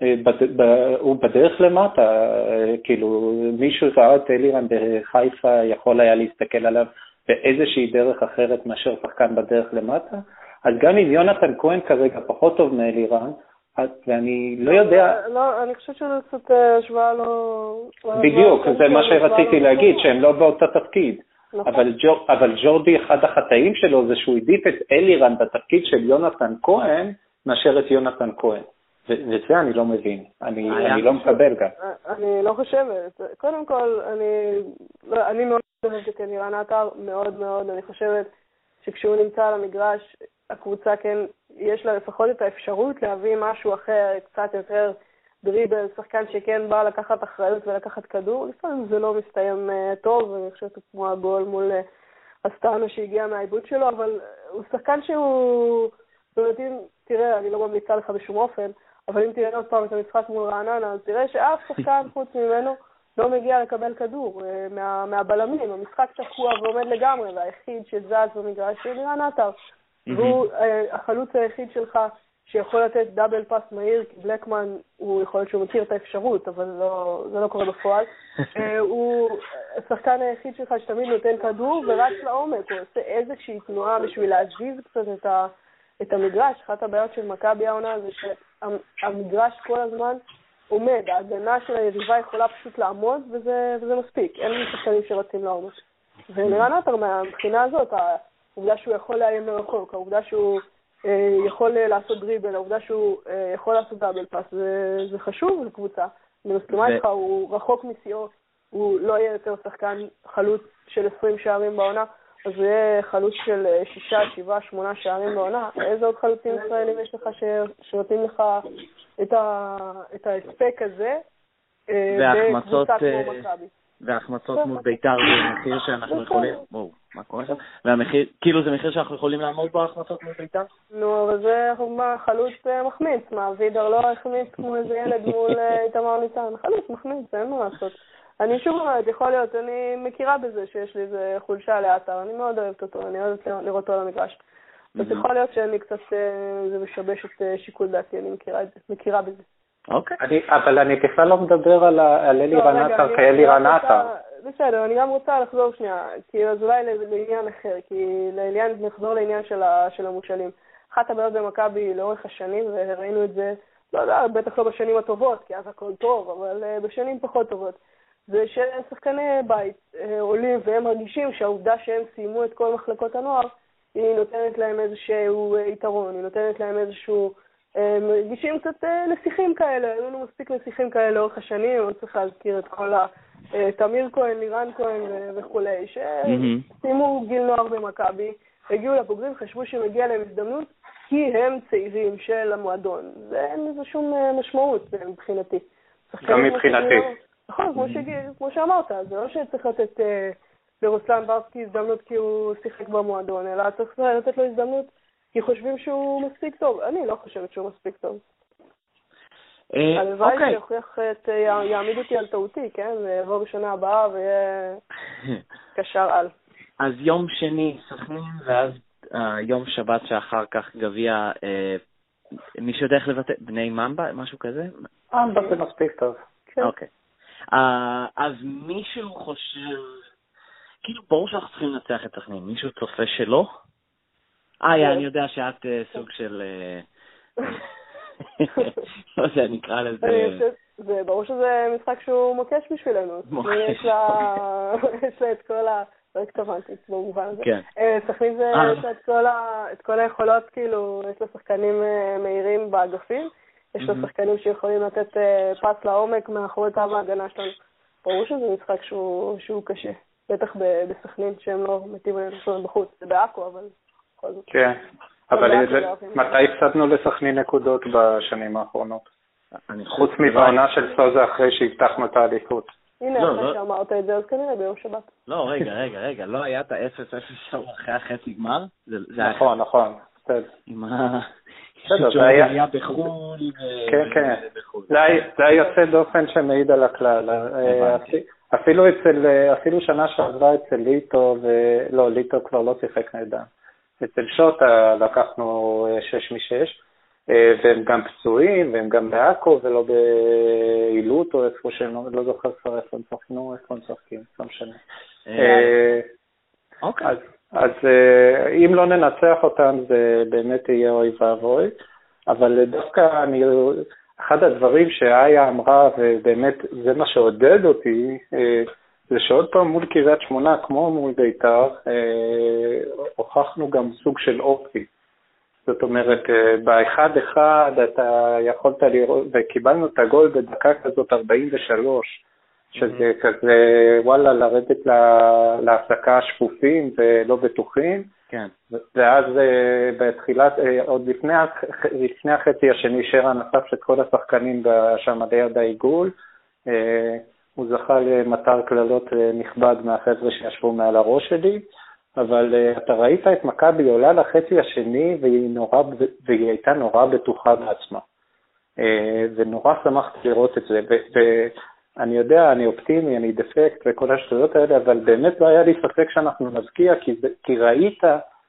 הוא בדרך למטה, כאילו מישהו ראה את אלירן בחיפה, יכול היה להסתכל עליו באיזושהי דרך אחרת מאשר שחקן בדרך למטה. אז גם אם יונתן כהן כרגע פחות טוב מאלירן, ואני לא יודע... לא, אני חושבת שזה קצת השוואה לא... בדיוק, זה מה שרציתי להגיד, שהם לא באותה תפקיד. אבל ג'ורדי, אחד החטאים שלו זה שהוא העדיף את אלירן בתפקיד של יונתן כהן, מאשר את יונתן כהן. וזה אני לא מבין, אני לא מקבל גם. אני לא חושבת. קודם כל, אני מאוד אוהבת את אלירן עטר, מאוד מאוד. אני חושבת שכשהוא נמצא על המגרש, הקבוצה כן, יש לה לפחות את האפשרות להביא משהו אחר, קצת יותר דריבל, שחקן שכן בא לקחת אחריות ולקחת כדור, לפעמים זה לא מסתיים uh, טוב, אני חושבת כמו הגול מול uh, אסטנה שהגיע מהעיבוד שלו, אבל הוא שחקן שהוא, זאת אומרת, אם תראה, אני לא ממליצה לך בשום אופן, אבל אם תראה עוד פעם את המשחק מול רעננה, אז תראה שאף שחקן חוץ ממנו לא מגיע לקבל כדור uh, מה, מהבלמים, המשחק שקוע ועומד לגמרי, והיחיד שזז במגרש של אלירן עטר, והוא החלוץ היחיד שלך שיכול לתת דאבל פס מהיר, כי בלקמן הוא יכול להיות שהוא מכיר את האפשרות, אבל לא, זה לא קורה בפועל. הוא השחקן היחיד שלך שתמיד נותן כדור ורץ לעומק, הוא עושה איזושהי תנועה בשביל להזיז קצת את, ה, את המגרש. אחת הבעיות של מכבי העונה זה שהמגרש כל הזמן עומד, ההגנה של היריבה יכולה פשוט לעמוד וזה, וזה מספיק, אין שחקנים שרצים לעומק. ואלירן עטר מהבחינה הזאת, העובדה שהוא יכול לאיים מרחוק, העובדה שהוא אה, יכול לעשות דריבל, העובדה שהוא אה, יכול לעשות דאבל פס, זה, זה חשוב לקבוצה. אני מסכימה איתך, הוא רחוק משיאו, הוא לא יהיה יותר שחקן חלוץ של עשרים שערים בעונה, אז הוא יהיה חלוץ של שישה, שבעה, שמונה שערים בעונה. איזה עוד חלוצים ישראלים יש לך שנותנים לך את, ה, את ההספק הזה בקבוצה כמו מכבי? וההחמצות מול בית"ר זה מחיר שאנחנו יכולים... וואו, מה קורה שם? והמחיר, כאילו זה מחיר שאנחנו יכולים לעמוד בו ההחמצות מול בית"ר? נו, אבל זה חלוץ מחמיץ. מה, וידר לא החמיץ כמו איזה ילד מול איתמר ניצן. חלוץ מחמיץ, אין מה לעשות. אני שוב אומרת, יכול להיות, אני מכירה בזה שיש לי איזה חולשה לעטר. אני מאוד אוהבת אותו, אני אוהבת לראות אותו על המגרש. אז יכול להיות שאני קצת, זה משבש את שיקול דעתי, אני מכירה בזה. אוקיי. אבל אני בכלל לא מדבר על אלירן עטר כאלירן עטר. בסדר, אני גם רוצה לחזור שנייה, כי אז אולי לעניין אחר, כי לעניין, נחזור לעניין של המושאלים. אחת הבעיות במכבי לאורך השנים, וראינו את זה, לא יודע, בטח לא בשנים הטובות, כי אז הכל טוב, אבל בשנים פחות טובות. זה ששחקני בית עולים והם מרגישים שהעובדה שהם סיימו את כל מחלקות הנוער, היא נותנת להם איזשהו יתרון, היא נותנת להם איזשהו... מרגישים קצת נסיכים כאלה, היו לנו מספיק נסיכים כאלה לאורך השנים, אני צריך להזכיר את כל תמיר כהן, לירן כהן וכולי, שסיימו גיל נוער במכבי, הגיעו לבוגרים, חשבו שמגיע להם הזדמנות, כי הם צעירים של המועדון. זה אין איזה שום משמעות מבחינתי. גם מבחינתי. נכון, כמו שאמרת, זה לא שצריך לתת לרוסלן ברסקי הזדמנות כי הוא שיחק במועדון, אלא צריך לתת לו הזדמנות כי חושבים שהוא מספיק טוב. אני לא חושבת שהוא מספיק טוב. הלוואי שיוכיח את, יעמיד אותי על טעותי, כן? ויבוא בשנה הבאה ויהיה קשר על. אז יום שני סכנין, ואז יום שבת שאחר כך גביע, מישהו יודע איך לבטא, בני ממבה, משהו כזה? ממבה זה מספיק טוב. אוקיי. אז מישהו חושב, כאילו ברור שאנחנו צריכים לנצח את סכנין, מישהו צופה שלא? אה, אני יודע שאת סוג של... לא יודע, נקרא לזה... זה ברור שזה משחק שהוא מוקש בשבילנו. יש לה את כל ה... לא התכוונתי במובן הזה. סכנין זה יש לה את כל היכולות, כאילו, יש לה שחקנים מהירים באגפים, יש לה שחקנים שיכולים לתת פס לעומק מאחורי קו ההגנה שלנו. ברור שזה משחק שהוא קשה. בטח בסכנין שהם לא מתים עליהם בחוץ. זה בעכו, אבל... כן, אבל מתי הפסדנו לסכנין נקודות בשנים האחרונות? חוץ מבעונה של סוזה אחרי שהבטחנו את האליפות. הנה, אחרי שאמרת את זה, אז כנראה ביום שבת. לא, רגע, רגע, רגע, לא היה את ה-אפס אפס אחרי החצי גמר? נכון, נכון. בסדר, זה היה בחול. כן, כן. זה היה יוצא דופן שמעיד על הכלל. אפילו אצל, אפילו שנה שעברה אצל ליטו, ולא, ליטו כבר לא שיחק נהדר. אצל שוטה לקחנו שש משש, והם גם פצועים, והם גם בעכו, ולא בעילות, או איפה שהם לא זוכר כבר איפה הם צחקנו, איפה הם צחקים, לא משנה. אוקיי. אז אם לא ננצח אותם, זה באמת יהיה אוי ואבוי, אבל דווקא אני, אחד הדברים שאיה אמרה, ובאמת זה מה שעודד אותי, זה שעוד פעם מול קריית שמונה, כמו מול בית"ר, הוכחנו גם סוג של אופי. זאת אומרת, באחד אחד אתה יכולת לראות, וקיבלנו את הגול בדקה כזאת ארבעים ושלוש, שזה כזה, וואלה, לרדת להפסקה השפופים ולא בטוחים. כן. ואז בתחילת, עוד לפני, לפני החצי השני, שרן אסף את כל השחקנים שם ליד העיגול, הוא זכה למטר כללות נכבד מהחבר'ה שישבו מעל הראש שלי, אבל אתה ראית את מכבי עולה לחצי השני, והיא, נורא, והיא הייתה נורא בטוחה בעצמה. ונורא שמחתי לראות את זה, ואני יודע, אני אופטימי, אני דפקט וכל השטויות האלה, אבל באמת לא היה לי ספק שאנחנו נבקיע, כי, כי ראית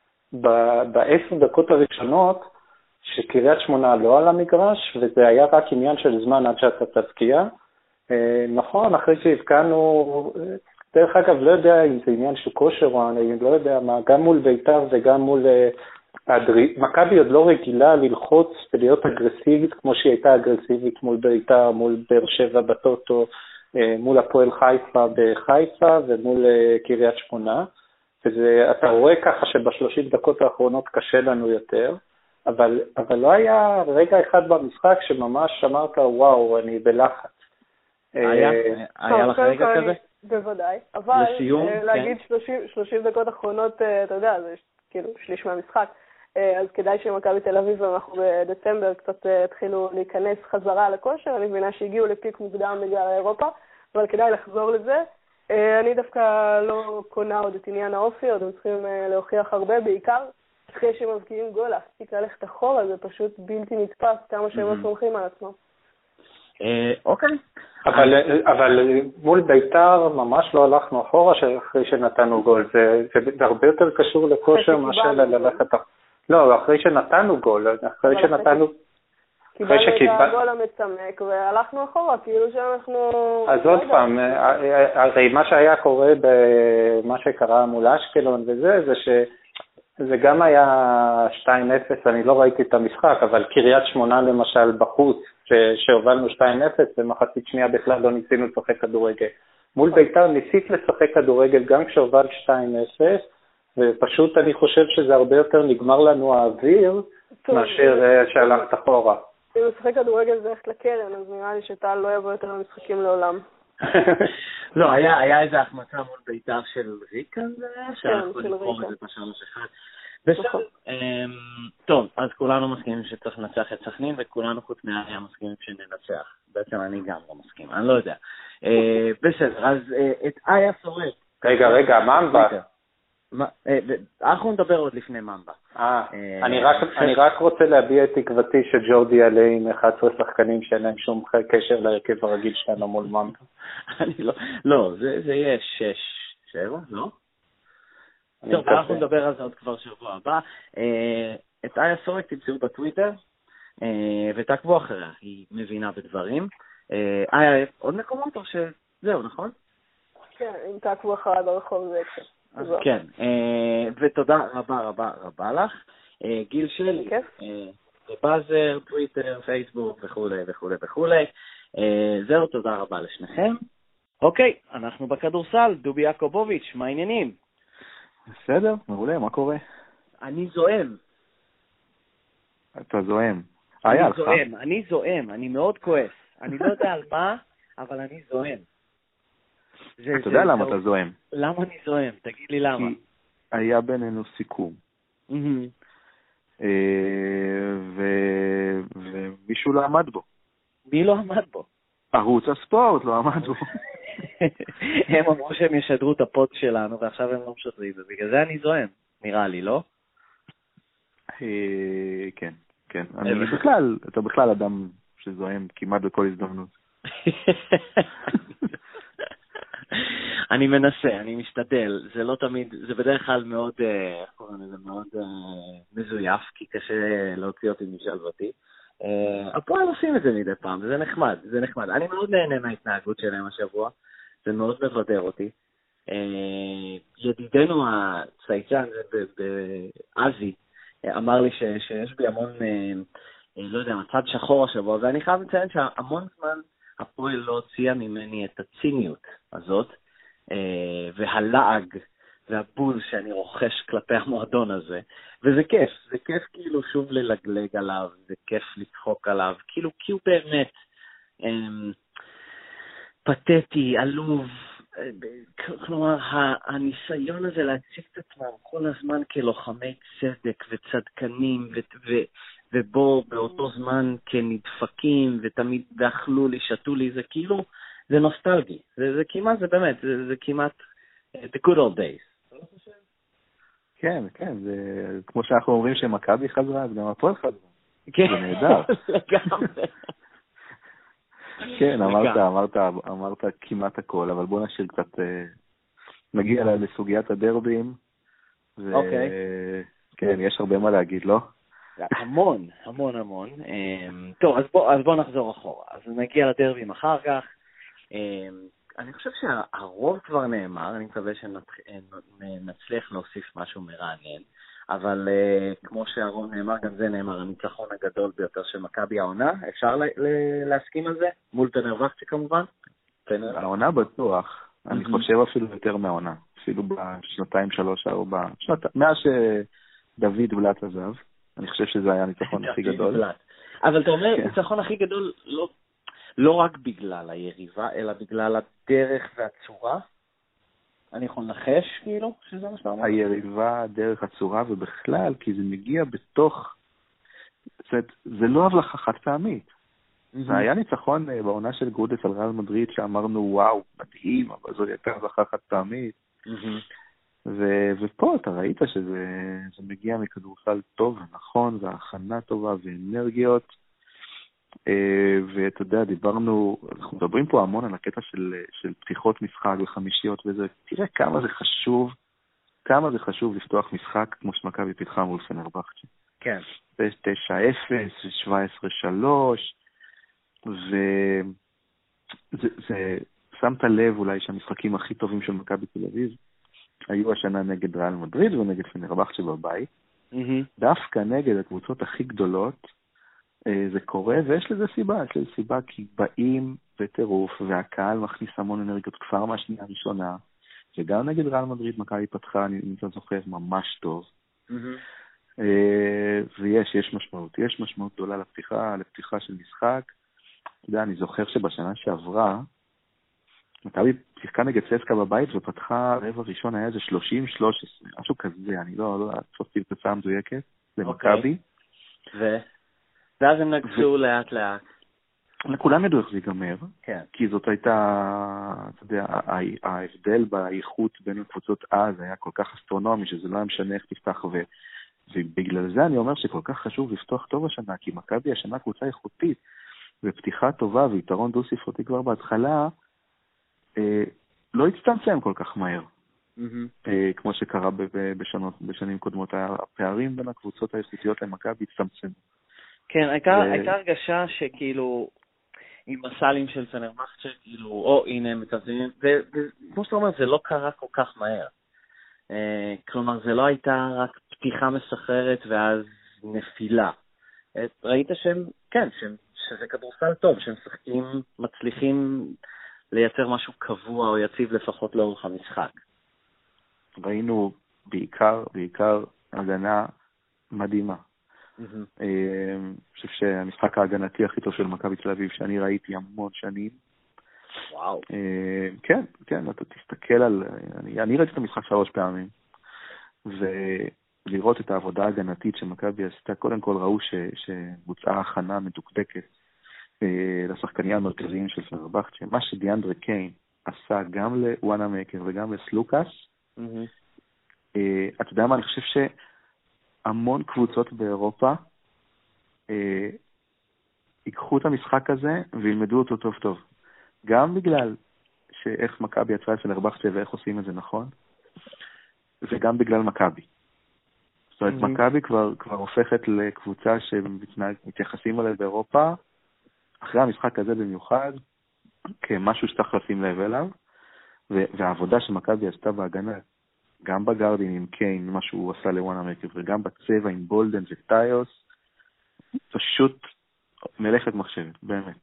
בעשר דקות הראשונות שקריית שמונה לא על המגרש, וזה היה רק עניין של זמן עד שאתה תבקיע. נכון, אחרי שהבקענו, דרך אגב, לא יודע אם זה עניין של כושר או אני לא יודע מה, גם מול בית"ר וגם מול אדרי, מכבי עוד לא רגילה ללחוץ ולהיות אגרסיבית כמו שהיא הייתה אגרסיבית מול בית"ר, מול באר שבע בטוטו, מול הפועל חיפה בחיפה ומול קריית שמונה, ואתה רואה ככה שבשלושים דקות האחרונות קשה לנו יותר, אבל, אבל לא היה רגע אחד במשחק שממש אמרת וואו, אני בלחץ. היה, היה לך רגע כזה? בוודאי, אבל להגיד שלושים דקות אחרונות, אתה יודע, זה כאילו שליש מהמשחק, אז כדאי שמכבי תל אביב, ואנחנו בדצמבר קצת התחילו להיכנס חזרה לכושר, אני מבינה שהגיעו לפיק מוקדם בגלל אירופה, אבל כדאי לחזור לזה. אני דווקא לא קונה עוד את עניין האופי, עוד הם צריכים להוכיח הרבה, בעיקר אחרי שמבקיעים גול, להפסיק ללכת אחורה, זה פשוט בלתי נתפס כמה שהם לא סומכים על עצמם. אוקיי. אבל, אבל מול בית"ר ממש לא הלכנו אחורה אחרי שנתנו גול, זה, זה הרבה יותר קשור לכושר מאשר ללכת אחורה. לא, אחרי שנתנו גול, אחרי שנתנו... קיבלנו את הגול המצמק והלכנו אחורה, כאילו שאנחנו... אז עוד פעם, הרי מה שהיה קורה במה שקרה מול אשקלון וזה, זה שזה גם היה שתיים אפס, אני לא ראיתי את המשחק, אבל קריית שמונה למשל בחוץ, שהובלנו שתיים אפס, ומחצית שנייה בכלל לא ניסינו לשחק כדורגל. מול בית"ר ניסית לשחק כדורגל גם כשהובל שתיים אפס, ופשוט אני חושב שזה הרבה יותר נגמר לנו האוויר, מאשר שהלכת אחורה. אם לשחק כדורגל זה איך לקרן, אז נראה לי שטל לא יבוא יותר למשחקים לעולם. לא, היה איזה החמצה מול בית"ר של ריקה, שאנחנו נקרוא את זה בשלוש אחד. בסדר. טוב, אז כולנו מסכימים שצריך לנצח את סכנין, וכולנו חוץ מהאיה מסכימים שננצח. בעצם אני גם לא מסכים, אני לא יודע. בסדר, אז את איה סורק. רגע, רגע, ממבה. אנחנו נדבר עוד לפני ממבה. אני רק רוצה להביע את תקוותי שג'ורדי יעלה עם אחד עשר שחקנים שאין להם שום קשר להרכב הרגיל שלנו מול ממבה. לא, זה יהיה שש, שבע, לא? טוב, אנחנו נדבר על זה עוד כבר שבוע הבא. את איה סורק תמצאו בטוויטר, ותעקבו אחריה, היא מבינה בדברים. איה, עוד מקומות או שזהו, נכון? כן, אם תעקבו אחריה ברחוב זה אקשן. אז כן, ותודה רבה רבה רבה לך. גיל שלי, בבאזר, טוויטר, פייסבוק וכו' וכו' וכו'. זהו, תודה רבה לשניכם. אוקיי, אנחנו בכדורסל, דובי יעקובוביץ', מה העניינים? בסדר, מעולה, מה קורה? אני זועם. אתה זועם. אני זועם, אני זועם, אני מאוד כועס. אני לא יודע על מה, אבל אני זועם. אתה יודע למה אתה זועם? למה אני זועם? תגיד לי למה. כי היה בינינו סיכום. ומישהו לא עמד בו. מי לא עמד בו? ערוץ הספורט לא עמד בו. הם אמרו שהם ישדרו את הפוד שלנו, ועכשיו הם לא משדרים, ובגלל זה אני זועם, נראה לי, לא? כן. כן. אני בכלל, אתה בכלל אדם שזוהם כמעט בכל הזדמנות. אני מנסה, אני משתדל, זה לא תמיד, זה בדרך כלל מאוד, איך קוראים לזה, מאוד מזויף, כי קשה להוציא אותי משלוותי. הפועל עושים את זה מדי פעם, זה נחמד, זה נחמד. אני מאוד נהנה מההתנהגות שלהם השבוע, זה מאוד מבדר אותי. ידידנו הצייצן, עזי, אמר לי שיש בי המון, לא יודע, מצד שחור השבוע, ואני חייב לציין שהמון זמן הפועל לא הוציאה ממני את הציניות הזאת, והלעג והבוז שאני רוכש כלפי המועדון הזה, וזה כיף, זה כיף כאילו שוב ללגלג עליו, זה כיף לצחוק עליו, כאילו כי הוא באמת פתטי, עלוב, כלומר, הניסיון הזה להציג את עצמם כל הזמן כלוחמי צדק וצדקנים, ובו באותו זמן כנדפקים, ותמיד דאכלו לי, שתו לי, זה כאילו, זה נוסטלגי, זה, זה כמעט, זה באמת, זה, זה כמעט the good old days. כן, כן, זה כמו שאנחנו אומרים שמכבי חזרה, אז גם הפועל חזרה. כן, זה נהדר. לגמרי. כן, אמרת, אמרת, אמרת כמעט הכל, אבל בוא נשאיר קצת, נגיע לסוגיית הדרבים. אוקיי. כן, יש הרבה מה להגיד, לא? המון, המון, המון. טוב, אז בוא, אז בוא נחזור אחורה. אז נגיע לדרבים אחר כך. אני חושב שהרוב כבר נאמר, אני מקווה שנצליח להוסיף משהו מרענן. אבל uh, כמו שהרוב נאמר, גם זה נאמר, הניצחון הגדול ביותר של מכבי העונה. אפשר ל- ל- להסכים על זה? מול פנרבכצ'ה כמובן? העונה בטוח. Mm-hmm. אני חושב אפילו יותר מהעונה. אפילו בשנתיים, שלוש, ארבע. שנת... מאז שדוד בלט עזב. אני חושב שזה היה הניצחון הכי גדול. אבל אתה אומר, הניצחון הכי גדול לא, לא רק בגלל היריבה, אלא בגלל הדרך והצורה? אני יכול לנחש, כאילו, שזה מה שאתה אומר? היריבה, דרך הצורה, ובכלל, כי זה מגיע בתוך, זאת, זה לא הבלחה חד פעמית. Mm-hmm. זה היה ניצחון בעונה של גודס על ריאל מדריד, שאמרנו, וואו, מדהים, אבל זו הייתה הבלחה חד פעמית. Mm-hmm. ו- ופה אתה ראית שזה זה מגיע מכדורסל טוב ונכון, והכנה טובה ואנרגיות, ואתה יודע, דיברנו, אנחנו מדברים פה המון על הקטע של, של פתיחות משחק וחמישיות וזה, תראה כמה זה חשוב, כמה זה חשוב לפתוח משחק כמו שמכבי פיתחה מול פנרבכצ'ה. כן. תשע אפס, שבע עשרה שלוש, וזה, זה, שמת לב אולי שהמשחקים הכי טובים של מכבי תל אביב, היו השנה נגד ריאל מדריד ונגד פנרבכצ'ה בבית, mm-hmm. דווקא נגד הקבוצות הכי גדולות, זה קורה, ויש לזה סיבה, יש לזה סיבה כי באים בטירוף, והקהל מכניס המון אנרגיות כבר מהשנייה הראשונה, וגם נגד ריאל מדריד, מכבי פתחה, אני נמצא זוכר, ממש טוב. Mm-hmm. ויש, יש משמעות, יש משמעות גדולה לפתיחה, לפתיחה של משחק. אתה יודע, אני זוכר שבשנה שעברה, מכבי שיחקה נגד צסקה בבית, ופתחה רבע ראשון היה איזה שלושים שלוש עשרה, משהו כזה, אני לא, לא, תפסתי פצעה מדויקת, למכבי. ו... ואז הם נגסו לאט לאט. לכולם ידעו איך זה ייגמר, כן. כי זאת הייתה, אתה יודע, ההבדל באיכות בין הקבוצות אז היה כל כך אסטרונומי, שזה לא היה משנה איך תפתח, ו... ובגלל זה אני אומר שכל כך חשוב לפתוח טוב השנה, כי מכבי השנה קבוצה איכותית, ופתיחה טובה ויתרון דו-ספרתי כבר בהתחלה, אה, לא הצטמצם כל כך מהר. Mm-hmm. אה, כמו שקרה בשנות, בשנים קודמות, הפערים בין הקבוצות האיכותיות למכבי הצטמצמו. כן, הייתה, ו... הייתה הרגשה שכאילו, עם הסלים של פנרבכצ'ה, כאילו, או הנה הם מצמצמים, וכמו שאתה אומר, זה לא קרה כל כך מהר. אה, כלומר, זה לא הייתה רק פתיחה מסחררת ואז נפילה. ראית שהם, כן, שהם, שזה כדורסל טוב, שהם משחקים, מצליחים לייצר משהו קבוע או יציב לפחות לאורך המשחק. ראינו בעיקר, בעיקר הגנה מדהימה. Mm-hmm. אני חושב שהמשחק ההגנתי הכי טוב של מכבי תל אביב שאני ראיתי המון שנים. וואו. כן, כן, אתה תסתכל על, אני, אני ראיתי את המשחק שלוש פעמים, ולראות את העבודה ההגנתית שמכבי עשתה, קודם כל ראו ש, שבוצעה הכנה מדוקדקת לשחקנים המרכזיים של פנרבכצ'ה, מה שדיאנדרה קיין עשה גם לוואנה מקר וגם לסלוקאס, mm-hmm. אתה יודע מה, אני חושב שהמון קבוצות באירופה אה, ייקחו את המשחק הזה וילמדו אותו טוב טוב. גם בגלל שאיך מכבי יצרה את פנרבחצ'ה ואיך עושים את זה נכון, וגם בגלל מכבי. זאת אומרת, mm-hmm. מכבי כבר, כבר הופכת לקבוצה שמתייחסים עליה באירופה, אחרי המשחק הזה במיוחד, כמשהו שצריך לשים לב אליו, והעבודה שמכבי עשתה בהגנה, גם בגרדין עם קיין, מה שהוא עשה לוואן אמריקה, וגם בצבע עם בולדן וטיוס, פשוט מלאכת מחשבת, באמת.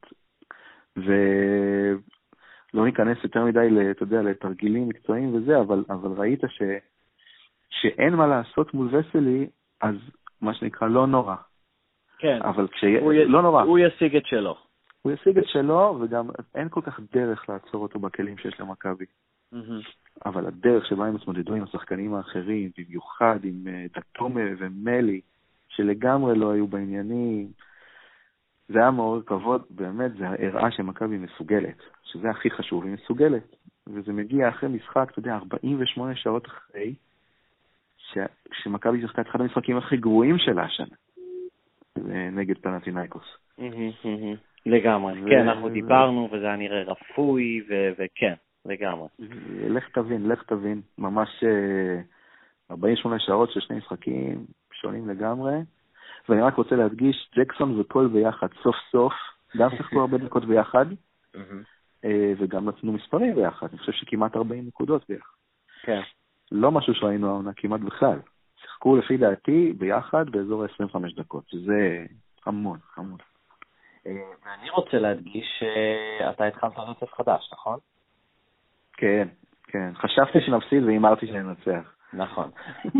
ולא ניכנס יותר מדי, אתה יודע, לתרגילים מקצועיים וזה, אבל, אבל ראית ש, שאין מה לעשות מול וסלי, אז מה שנקרא לא נורא. כן, אבל כשיה... הוא, י... לא נורא. הוא ישיג את שלו. הוא ישיג את שלו, וגם אין כל כך דרך לעצור אותו בכלים שיש למכבי. Mm-hmm. אבל הדרך שבה הם התמודדו עם השחקנים האחרים, במיוחד עם דתומה ומלי, שלגמרי לא היו בעניינים, זה היה מעורר כבוד, באמת זה הראה שמכבי מסוגלת, שזה הכי חשוב, היא מסוגלת. וזה מגיע אחרי משחק, אתה יודע, ארבעים ושמונה שעות אחרי, ש... שמכבי שיחקה את אחד המשחקים הכי גרועים שלה השנה, נגד פנתינייקוס. לגמרי, כן, אנחנו דיברנו, וזה היה נראה רפוי, וכן, לגמרי. לך תבין, לך תבין, ממש ארבעים ושמונה שעות של שני משחקים שונים לגמרי, ואני רק רוצה להדגיש, ג'קסון ופול ביחד, סוף סוף, גם שיחקו הרבה דקות ביחד, וגם נתנו מספרים ביחד, אני חושב שכמעט ארבעים נקודות ביחד. כן. לא משהו שראינו העונה כמעט בכלל. שיחקו לפי דעתי ביחד באזור עשרים וחמש דקות, שזה המון, המון. ואני רוצה להדגיש שאתה התחלת רצף חדש, נכון? כן, כן. חשבתי שנפסיד ואמרתי שננצח. נכון.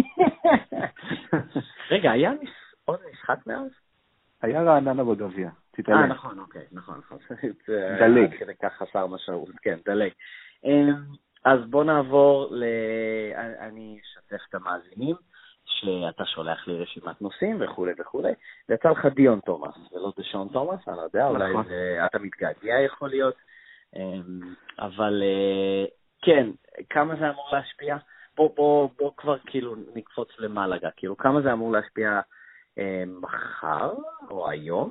רגע, היה עוד משחק מאז? היה רעננה בגביע. אה, נכון, אוקיי, נכון. דלג. כדי כך חסר משמעות, כן, דלג. אז בוא נעבור ל... אני אשתף את המאזינים, שאתה שולח לי רשימת נושאים וכו' וכו'. ויצא לך דיון תומאס, ולא דשון תומאס, אני לא יודע, אולי אתה מתגעגע יכול להיות. אבל כן, כמה זה אמור להשפיע? בוא, בוא, בוא כבר כאילו נקפוץ למעלה, כאילו כמה זה אמור להשפיע מחר או היום?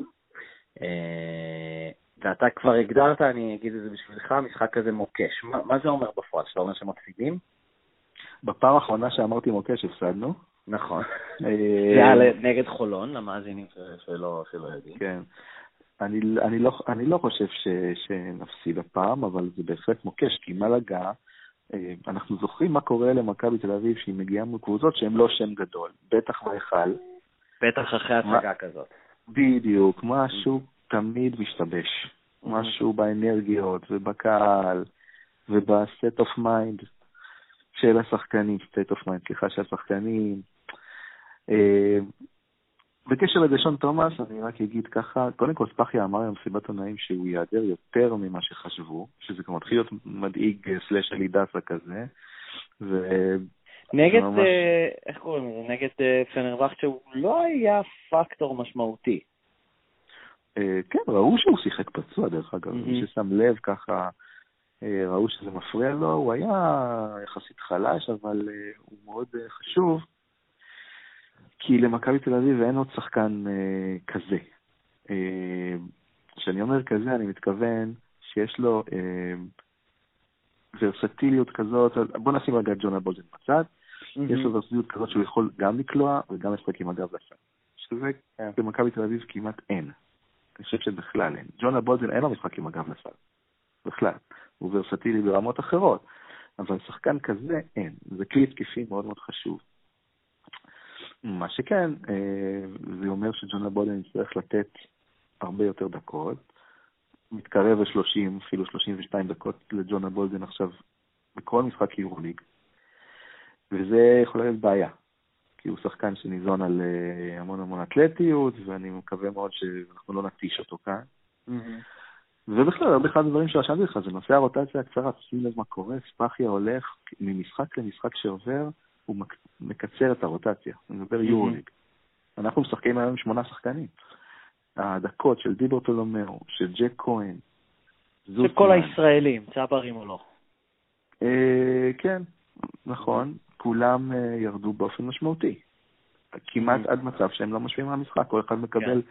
ואתה כבר הגדרת, אני אגיד את זה בשבילך, משחק כזה מוקש. מה, מה זה אומר בפועל? שאתה אומר שמפסידים? בפעם האחרונה שאמרתי מוקש, הפסדנו. נכון. זה היה נגד חולון, למאזינים שלא יודעים. כן. אני, אני, לא, אני לא חושב ש, שנפסיד הפעם, אבל זה בהחלט מוקש, כי מלאגה, אנחנו זוכרים מה קורה למכבי תל אביב, שהיא מגיעה מקבוצות שהן לא שם גדול, בטח בהיכל. בטח אחרי הצגה כזאת. בדיוק, משהו תמיד משתבש. משהו באנרגיות ובקהל ובסט אוף מיינד של השחקנים, state of mind, סליחה, של השחקנים. בקשר לדשון תומאס, אני רק אגיד ככה, קודם כל ספחיה אמר היום סיבת עונאים שהוא יעדר יותר ממה שחשבו, שזה כבר מתחיל להיות מדאיג סלש אלידסה כזה. נגד, איך קוראים לזה? נגד פנרבחצ'ה הוא לא היה פקטור משמעותי. כן, ראו שהוא שיחק פצוע דרך אגב, מי ששם לב ככה, ראו שזה מפריע לו, הוא היה יחסית חלש, אבל הוא מאוד חשוב, כי למכבי תל אביב אין עוד שחקן כזה. כשאני אומר כזה, אני מתכוון שיש לו ורסטיליות כזאת, בוא נשים רגע את ג'ונה בולדן בצד, יש לו ורסטיליות כזאת שהוא יכול גם לקלוע וגם לשחק עם הגב לסל. שזה במכבי תל אביב כמעט אין. אני חושב שבכלל אין. ג'ונה בולדן אין לו משחק עם הגב לסל. בכלל. הוא ורסטילי ברמות אחרות. אבל שחקן כזה אין. זה כלי התקפי מאוד מאוד חשוב. מה שכן, זה אומר שג'ונה בולדן יצטרך לתת הרבה יותר דקות. מתקרב ל-שלושים, אפילו שלושים ושתיים דקות לג'ונה בולדן עכשיו בכל משחק יורוליג. וזה יכול להיות בעיה. כי הוא שחקן שניזון על המון המון אתלטיות, ואני מקווה מאוד שאנחנו לא נטיש אותו כאן. ובכלל, הרבה אחד הדברים שרשמתי לך, זה נושא הרוטציה הקצרה, תשים לב מה קורה, ספחיה הולך ממשחק למשחק שעובר, הוא מקצר את הרוטציה, אני מדבר יורוליג. אנחנו משחקים היום עם שמונה שחקנים. הדקות של דיבר טולומאו, של ג'ק כהן, של כל הישראלים, צברים או לא. כן, נכון. כולם ירדו באופן משמעותי. כמעט עד מצב שהם לא משווים מהמשחק, כל אחד מקבל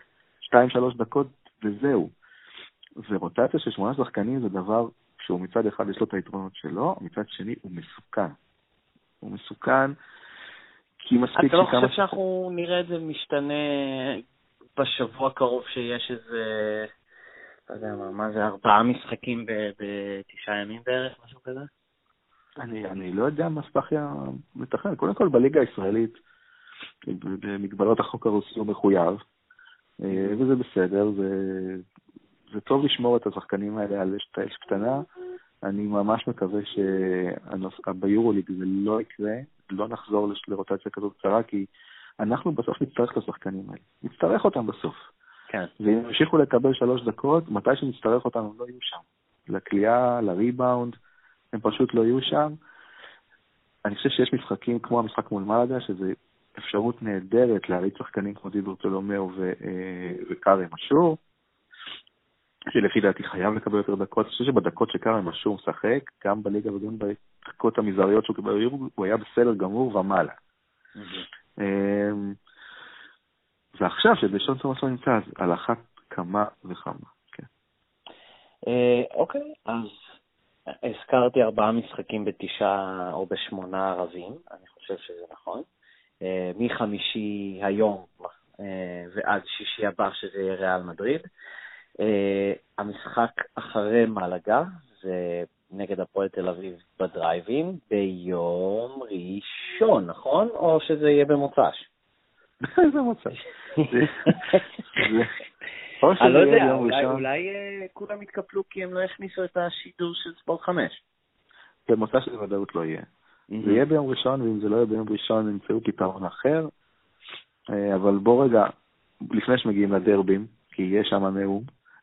שתיים שלוש דקות וזהו. ורוטציה של שמונה שחקנים זה דבר שהוא מצד אחד יש לו את היתרונות שלו, מצד שני הוא מסוכן. הוא מסוכן כי מספיק אתה לא חושב שאנחנו נראה את זה משתנה בשבוע קרוב שיש איזה, לא יודע מה, מה זה, ארבעה משחקים בתשעה ימים בערך, משהו כזה? אני, אני לא יודע מה ספחיה מתכנן. קודם כל בליגה הישראלית, במגבלות החוק הרוסי הוא מחויב, וזה בסדר, זה, זה טוב לשמור את השחקנים האלה על אש קטנה. אני ממש מקווה שביורוליג זה לא יקרה, לא נחזור לרוטציה כזאת קצרה, כי אנחנו בסוף נצטרך את השחקנים האלה. נצטרך אותם בסוף. כן. ואם ימשיכו לקבל שלוש דקות, מתי שנצטרך אותם הם לא יהיו שם. לקליעה, לריבאונד, הם פשוט לא יהיו שם. אני חושב שיש משחקים כמו המשחק מול מלאגה, שזה אפשרות נהדרת להריץ שחקנים כמו דיבור צולומאו וקארם אשור, שלפי דעתי חייב לקבל יותר דקות. אני חושב שבדקות שקארם אשור משחק, גם בליגה וגם בדקות המזעריות שהוא קיבל, הוא היה בסדר גמור ומעלה. ועכשיו שדשון תומאסון נמצא, אז על אחת כמה וכמה. אוקיי, אז הזכרתי ארבעה משחקים בתשעה או בשמונה ערבים, אני חושב שזה נכון. מחמישי היום ועד שישי הבא שזה יהיה ריאל מדריד. המשחק אחרי מלאגה זה נגד הפועל תל אביב בדרייבים ביום ראשון, נכון? או שזה יהיה במוצ"ש? איזה מוצ"ש? אני לא יודע, אולי כולם התקפלו כי הם לא הכניסו את השידור של ספורט חמש. במוצ"ש שזה ודאות לא יהיה. זה יהיה ביום ראשון, ואם זה לא יהיה ביום ראשון נמצאו פתרון אחר. אבל בוא רגע, לפני שמגיעים לדרבים, כי יש שם נאום,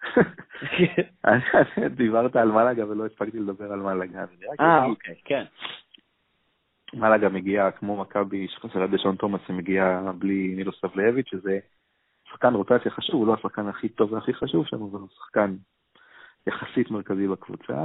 דיברת על מלאגה ולא הספקתי לדבר על מלאגה. אה, אוקיי, כן. מלאגה מגיעה כמו מכבי, שחסר דשון תומאס מגיע בלי נילו סבלייביץ', שזה שחקן רוטציה חשוב, הוא לא השחקן הכי טוב והכי חשוב שם, אבל הוא שחקן יחסית מרכזי בקבוצה.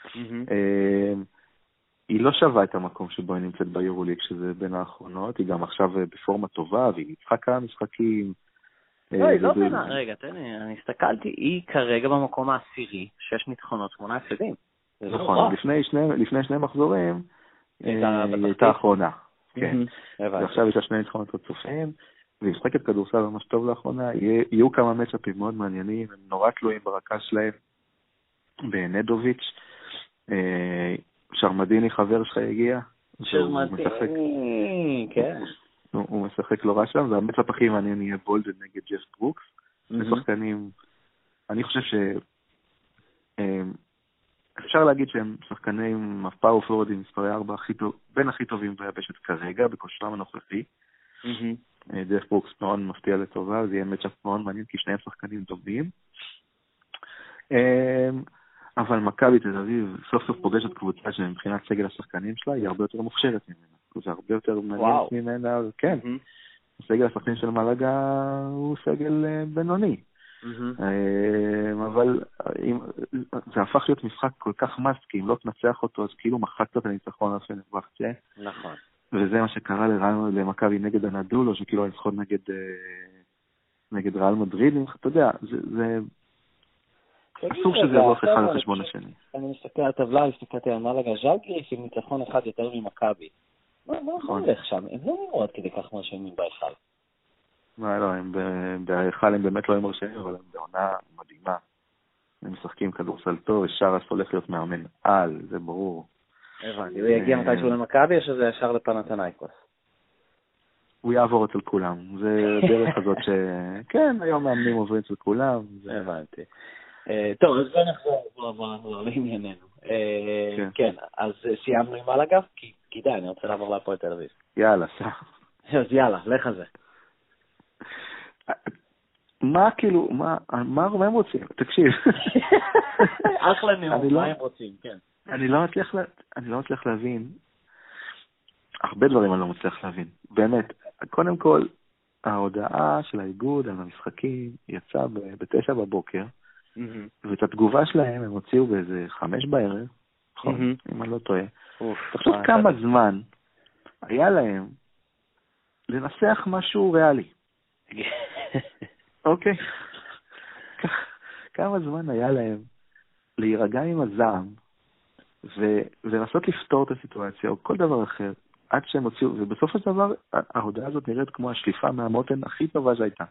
היא לא שווה את המקום שבו היא נמצאת ביורוליג, שזה בין האחרונות, היא גם עכשיו בפורמה טובה, והיא ניצחה כמה משחקים. לא, היא לא בין, רגע, תן לי, אני הסתכלתי, היא כרגע במקום העשירי, שש ניצחונות, שמונה הפסדים. נכון, לפני שני מחזורים, היא הייתה האחרונה. כן, ועכשיו יש לה שני ניצחונות רצופים, והיא משחקת כדורסל ממש טוב לאחרונה, יהיו כמה מצ'אפים מאוד מעניינים, הם נורא תלויים ברכז שלהם, בנדוביץ', שרמדיני חבר שלך הגיע. שרמדיני, כן. הוא משחק לא רע שם, והמצ'אפ הכי מעניין יהיה בולדן נגד ג'ף ברוקס. זה שחקנים, אני חושב ש... אפשר להגיד שהם שחקנים הפאור פלורדים מספרי ארבע בין הכי טובים ביבשת כרגע, בכושרם הנוכחי. ג'ף ברוקס מאוד מפתיע לטובה, זה יהיה מצ'אפ מאוד מעניין, כי שניהם שחקנים טובים. אבל מכבי תל אביב סוף סוף פוגשת קבוצה שמבחינת סגל השחקנים שלה היא הרבה יותר מוכשרת ממנה. זה הרבה יותר מעניינת ממנה, כן. הסגל השחקנים של מלאגה הוא סגל בינוני. אבל זה הפך להיות משחק כל כך מס, כי אם לא תנצח אותו, אז כאילו מחקת את הניצחון הזה שנבחצה. נכון. וזה מה שקרה למכבי נגד הנדולו, שכאילו הניצחון נגד ריאל מדריד. אתה יודע, זה... אסור שזה יבוא אחד על חשבון השני. אני מסתכל על הטבלה, הסתכלתי על מלאגה, ז'לגיריס עם ניצחון אחד יותר ממכבי. מה הולך שם? הם לא נראו עד כדי כך מרשימים בהיכל. לא, לא, בהיכל הם באמת לא הם מרשימים, אבל הם בעונה מדהימה. הם משחקים כדורסל טוב, שרס הולך להיות מאמן על, זה ברור. הבנתי, הוא יגיע מתישהו למכבי, או שזה ישר לפנתנייקוס? הוא יעבור אצל כולם. זה דרך הזאת ש... כן, היום מאמנים עוברים אצל כולם. הבנתי. טוב, אז בוא נחזור לענייננו. כן, אז סיימנו עם מלאגה? כי די, אני רוצה לעבור להפועל תל אביב. יאללה, סע. אז יאללה, לך על זה. מה כאילו, מה הם רוצים? תקשיב. אחלה נאום, מה הם רוצים, כן. אני לא מצליח להבין, הרבה דברים אני לא מצליח להבין. באמת, קודם כל, ההודעה של האיגוד על המשחקים יצאה בתשע בבוקר, ואת התגובה שלהם הם הוציאו באיזה חמש בערב, נכון, אם אני לא טועה. תחשוב כמה זמן היה להם לנסח משהו ריאלי. אוקיי? כמה זמן היה להם להירגע עם הזעם, ו- ולנסות לפתור את הסיטואציה, או כל דבר אחר, עד שהם הוציאו, ובסוף של דבר, ההודעה הזאת נראית כמו השליפה מהמותן הכי טובה שהייתה.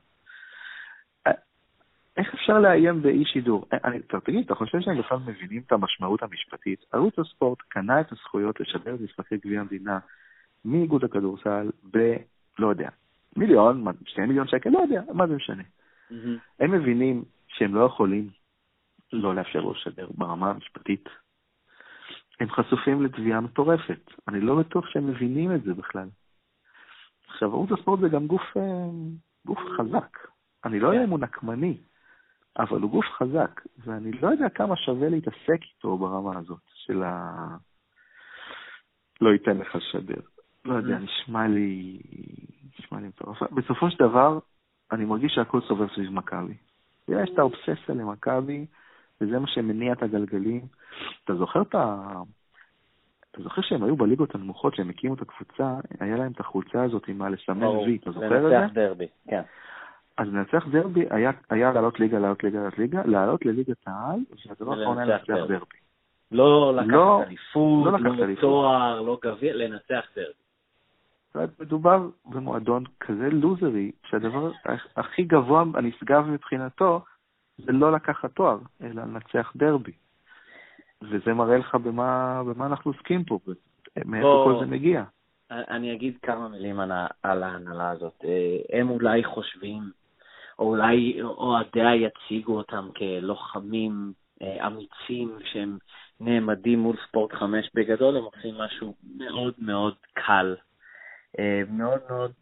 איך אפשר לאיים באי שידור? אני, תגיד, אתה חושב שהם בכלל מבינים את המשמעות המשפטית? ערוץ הספורט קנה את הזכויות לשדר את משחקי גביע המדינה מאיגוד הכדורסל ב, לא יודע, מיליון, שני מיליון שקל, לא יודע, מה זה משנה. Mm-hmm. הם מבינים שהם לא יכולים לא לאפשר לו לשדר ברמה המשפטית. הם חשופים לתביעה מטורפת. אני לא בטוח שהם מבינים את זה בכלל. עכשיו, ערוץ הספורט זה גם גוף, גוף חזק. אני לא יודע אם הוא נקמני, אבל הוא גוף חזק, ואני לא יודע כמה שווה להתעסק איתו ברמה הזאת, של ה... לא ייתן לך לשדר. לא יודע, נשמע לי... נשמע לי מטורף. בסופו של דבר, אני מרגיש שהכל סובב סביב מכבי. יש את האובססיה למכבי, וזה מה שמניע את הגלגלים. אתה זוכר את ה... אתה זוכר שהם היו בליגות הנמוכות, שהם הקימו את הקבוצה, היה להם את החולצה הזאת עם לסמן וי, אתה זוכר את זה? לנצח דרבי, כן. אז לנצח דרבי היה, היה לעלות ליגה, לעלות ליגה, לעלות ליגה, לעלות לליגת העל, והדבר האחרון היה לנצח דרבי. דרבי. לא לקחת אליפות, לא, לא, לא תואר, לא גביע, לנצח דרבי. מדובר במועדון כזה לוזרי, שהדבר הכי גבוה הנשגב מבחינתו, זה לא לקחת תואר, אלא לנצח דרבי. וזה מראה לך במה, במה אנחנו עוסקים פה, מאיפה כל זה מגיע. אני אגיד כמה מילים על ההנהלה הזאת. הם אולי חושבים, או אולי אוהדיה יציגו אותם כלוחמים אמיצים שהם נעמדים מול ספורט חמש. בגדול הם עושים משהו מאוד מאוד קל, מאוד מאוד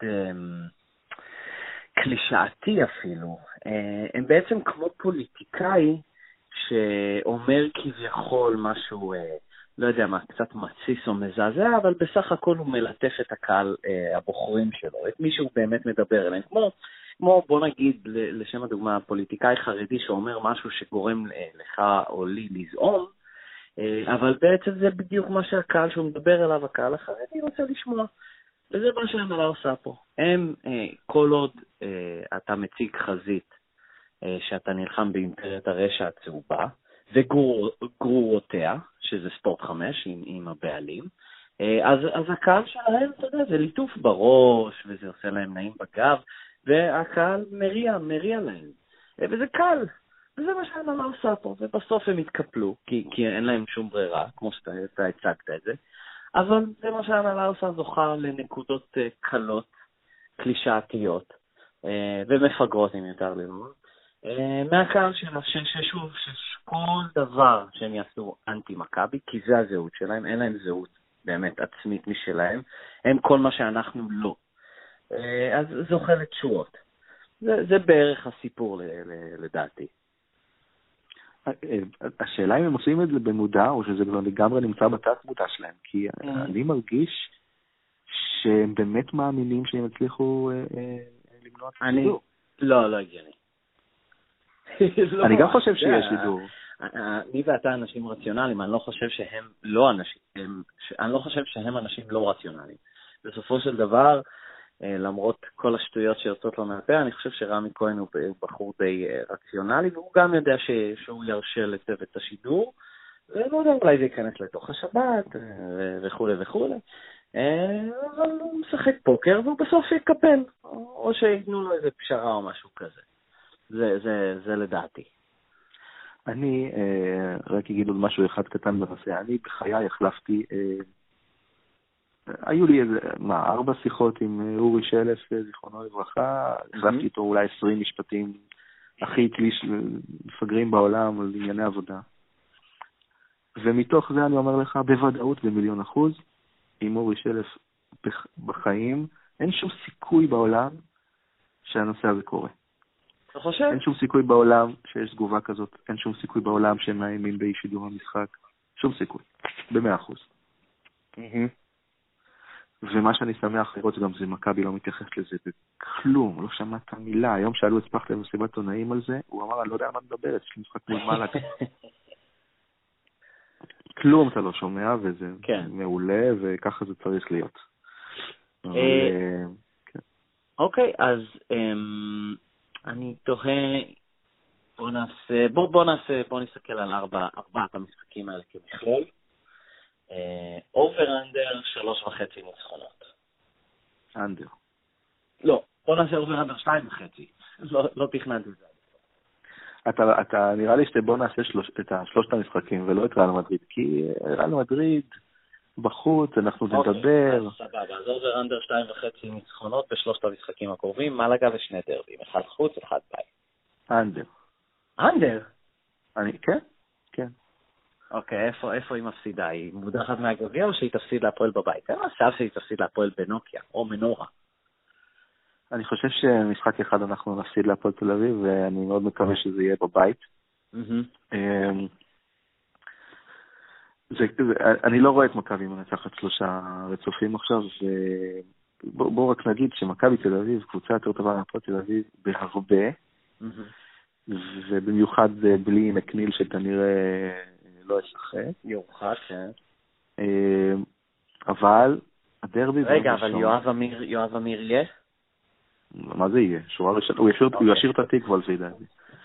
קלישאתי אפילו. הם בעצם כמו פוליטיקאי שאומר כביכול משהו, לא יודע מה, קצת מציס או מזעזע, אבל בסך הכל הוא מלטף את הקהל הבוחרים שלו, את מי שהוא באמת מדבר אליהם. כמו, כמו בוא נגיד, לשם הדוגמה, פוליטיקאי חרדי שאומר משהו שגורם לך או לי לזעום, אבל בעצם זה בדיוק מה שהקהל שהוא מדבר אליו, הקהל החרדי רוצה לשמוע. וזה מה שההנהלה עושה פה. הם, כל עוד אתה מציג חזית, שאתה נלחם באימפריית הרשע הצהובה, וגרורותיה, שזה ספורט חמש עם, עם הבעלים, אז, אז הקהל שלהם, אתה יודע, זה ליטוף בראש, וזה עושה להם נעים בגב, והקהל מריע, מריע להם. וזה קל, וזה מה שההנהלה עושה פה, ובסוף הם התקפלו, כי, כי אין להם שום ברירה, כמו שאתה הצגת את זה, אבל זה מה שההנהלה עושה, זוכה לנקודות קלות, קלישאתיות, ומפגרות אם יותר ללמוד, מהקהל שלה, ששוב, שכל דבר שהם יעשו אנטי-מכבי, כי זה הזהות שלהם, אין להם זהות באמת עצמית משלהם, הם כל מה שאנחנו לא. אז זוכה לתשואות. זה, זה בערך הסיפור לדעתי. השאלה אם הם עושים את זה במודע, או שזה כבר לגמרי נמצא בתת מודע שלהם, כי אני מרגיש שהם באמת מאמינים שהם הצליחו למנוע את השידור. לא, לא הגיוני. אני גם חושב שיש שידור. אני ואתה אנשים רציונליים, אני לא חושב שהם לא אנשים, אני לא חושב שהם אנשים לא רציונליים. בסופו של דבר, למרות כל השטויות שיוצאות לו מהפה, אני חושב שרמי כהן הוא בחור די רציונלי, והוא גם יודע שהוא ירשה לצוות את השידור, ולא יודע, אולי זה ייכנס לתוך השבת וכו' וכו'. אבל הוא משחק פוקר, והוא בסוף יקפל, או שיתנו לו איזה פשרה או משהו כזה. זה, זה, זה לדעתי. אני, אה, רק אגיד עוד משהו אחד קטן בנושא. אני בחיי החלפתי, אה, היו לי איזה, מה, ארבע שיחות עם אורי שלף, זיכרונו לברכה, החלפתי איתו אולי עשרים משפטים הכי קליש מפגרים בעולם על ענייני עבודה. ומתוך זה אני אומר לך, בוודאות במיליון אחוז, עם אורי שלף בחיים, אין שום סיכוי בעולם שהנושא הזה קורה. אתה חושב? אין שום סיכוי בעולם שיש תגובה כזאת, אין שום סיכוי בעולם שהם מאיימים באי שידור המשחק, שום סיכוי, במאה אחוז. ומה שאני שמח לראות גם זה מכבי לא מתייחס לזה בכלום, לא שמעת מילה. היום שאלו את ספחת למסיבת עונאים על זה, הוא אמר, אני לא יודע על מה מדבר, יש לי משחק מול מלאק. כלום אתה לא שומע, וזה מעולה, וככה זה צריך להיות. אוקיי, אז אני תוהה, בוא נעשה, בוא, בוא נעשה, בוא נסתכל על ארבע, ארבעת המשחקים האלה כמכלול. אובר אנדר, שלוש וחצי ניצחונות. אנדר. לא, בוא נעשה אובר אנדר שתיים וחצי. לא, לא תכננתי את זה. אתה, אתה, נראה לי שבוא נעשה שלוש, את שלושת המשחקים ולא את ריאל מדריד, כי ריאל מדריד בחוץ, אנחנו נדבר. אז סבבה, אז אובר אנדר שתיים וחצי ניצחונות בשלושת המשחקים הקרובים, מלאגה ושני דרבים, אחד חוץ, אחד בית. אנדר. אנדר? אני, כן, כן. אוקיי, איפה, איפה היא מפסידה? היא מודחת מהגביע או שהיא תפסיד להפועל בבית? אין מצב שהיא תפסיד להפועל בנוקיה או מנורה. אני חושב שמשחק אחד אנחנו נפסיד להפועל תל אביב, ואני מאוד מקווה שזה יהיה בבית. זה, זה, אני לא רואה את מכבי מנצחת שלושה רצופים עכשיו, ובואו בוא רק נגיד שמכבי תל אביב, קבוצה יותר טובה מהפועל תל אביב בהרבה, ובמיוחד בלי מקניל שכנראה לא ישחק. יורחק, כן. אבל הדרבי... רגע, אבל יואב אמיר, יואב אמיר יהיה? מה זה יהיה? שורה ראשונה, הוא ישאיר את התקווה על זה, ידעתי.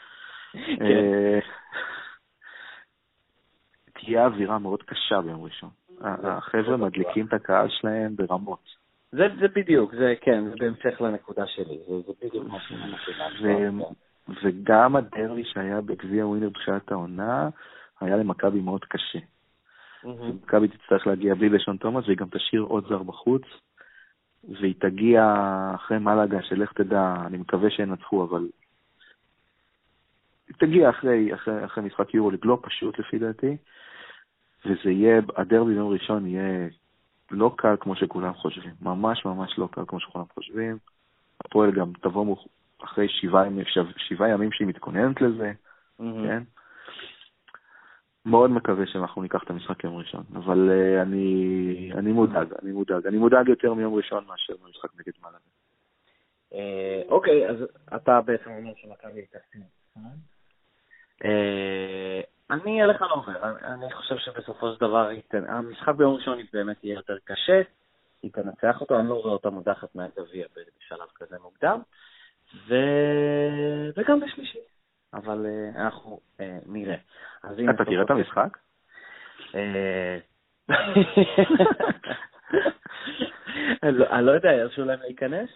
תהיה אווירה מאוד קשה ביום ראשון. החבר'ה מדליקים את הקהל שלהם ברמות. זה בדיוק, זה כן, זה בהמשך לנקודה שלי. זה בדיוק משהו משהו. וגם הדרבי שהיה בגביע ווינר בתחילת העונה, היה למכבי מאוד קשה. מכבי תצטרך להגיע בלי לשון תומאס, והיא גם תשאיר עוד זר בחוץ, והיא תגיע אחרי מלאגה, שלך תדע, אני מקווה שינצחו, אבל היא תגיע אחרי, אחרי, אחרי משחק יורוליג, לא פשוט לפי דעתי, וזה יהיה, הדרבי ביום ראשון יהיה לא קל כמו שכולם חושבים, ממש ממש לא קל כמו שכולם חושבים. הפועל גם תבוא אחרי שבעה ימים, שבעה ימים שהיא מתכוננת לזה, כן? מאוד מקווה שאנחנו ניקח את המשחק יום ראשון, אבל uh, אני, אני מודאג, אני מודאג, אני מודאג יותר מיום ראשון מאשר במשחק נגד מלאגה. אוקיי, אז אתה בעצם אומר שמכבי תפסיד. אני אלך על עובר, אני חושב שבסופו של דבר המשחק ביום ראשון באמת יהיה יותר קשה, היא תנצח אותו, אני לא רואה אותה מודחת מהגביע בשלב כזה מוקדם, וגם בשלישי. אבל uh, אנחנו uh, נראה. אתה תראה את המשחק? אני לא יודע, ירשו להם להיכנס?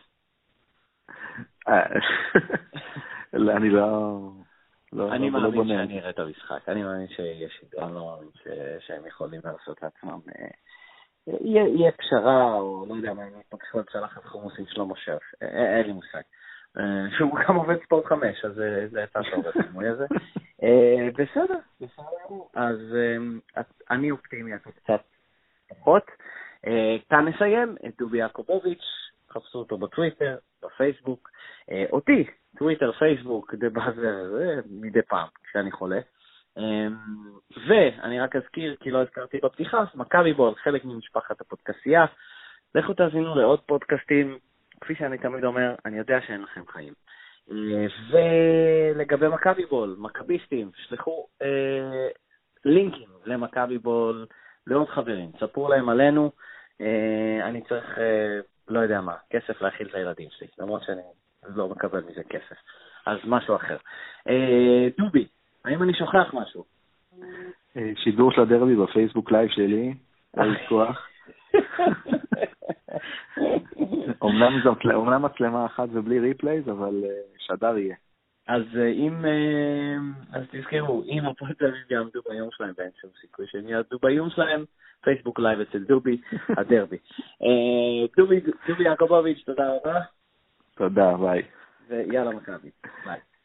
אני לא... אני מאמין שאני אראה את המשחק. אני מאמין שיש היגיון שהם יכולים לעשות לעצמם. יהיה פשרה, או לא יודע מה, אם יתפקחו על צלחת חומוס עם שלמה שף. אין לי מושג. שהוא גם עובד ספורט חמש, אז זה יצא טוב הדימוי הזה. בסדר, בסדר. אז אני אופטימי, אתה קצת פחות. כאן נסיים את דובי יעקובוביץ', חפשו אותו בטוויטר, בפייסבוק, אותי, טוויטר, פייסבוק, דבאזר, זה מדי פעם, כשאני חולה. ואני רק אזכיר, כי לא הזכרתי בפתיחה, מכבי בול, חלק ממשפחת הפודקאסטייה. לכו תאזינו לעוד פודקאסטים, כפי שאני תמיד אומר, אני יודע שאין לכם חיים. ולגבי מכבי בול, מכביסטים, שלחו אה, לינקים למכבי בול לעוד חברים, ספרו להם עלינו, אה, אני צריך, אה, לא יודע מה, כסף להכיל את הילדים שלי, למרות שאני לא מקבל מזה כסף, אז משהו אחר. אה, דובי, האם אני שוכח משהו? שידור של הדרבי בפייסבוק לייב שלי, על כוח. אומנם מצלמה אחת ובלי ריפלייז, אבל שדר יהיה. אז אם, אז תזכרו, אם הפועל תל אביב יעמדו ביום שלהם, ואין שום סיכוי שהם יעמדו ביום שלהם, פייסבוק לייב אצל דובי, הדרבי. דובי יעקובוביץ', תודה רבה. תודה, ביי. ויאללה מכבי, ביי.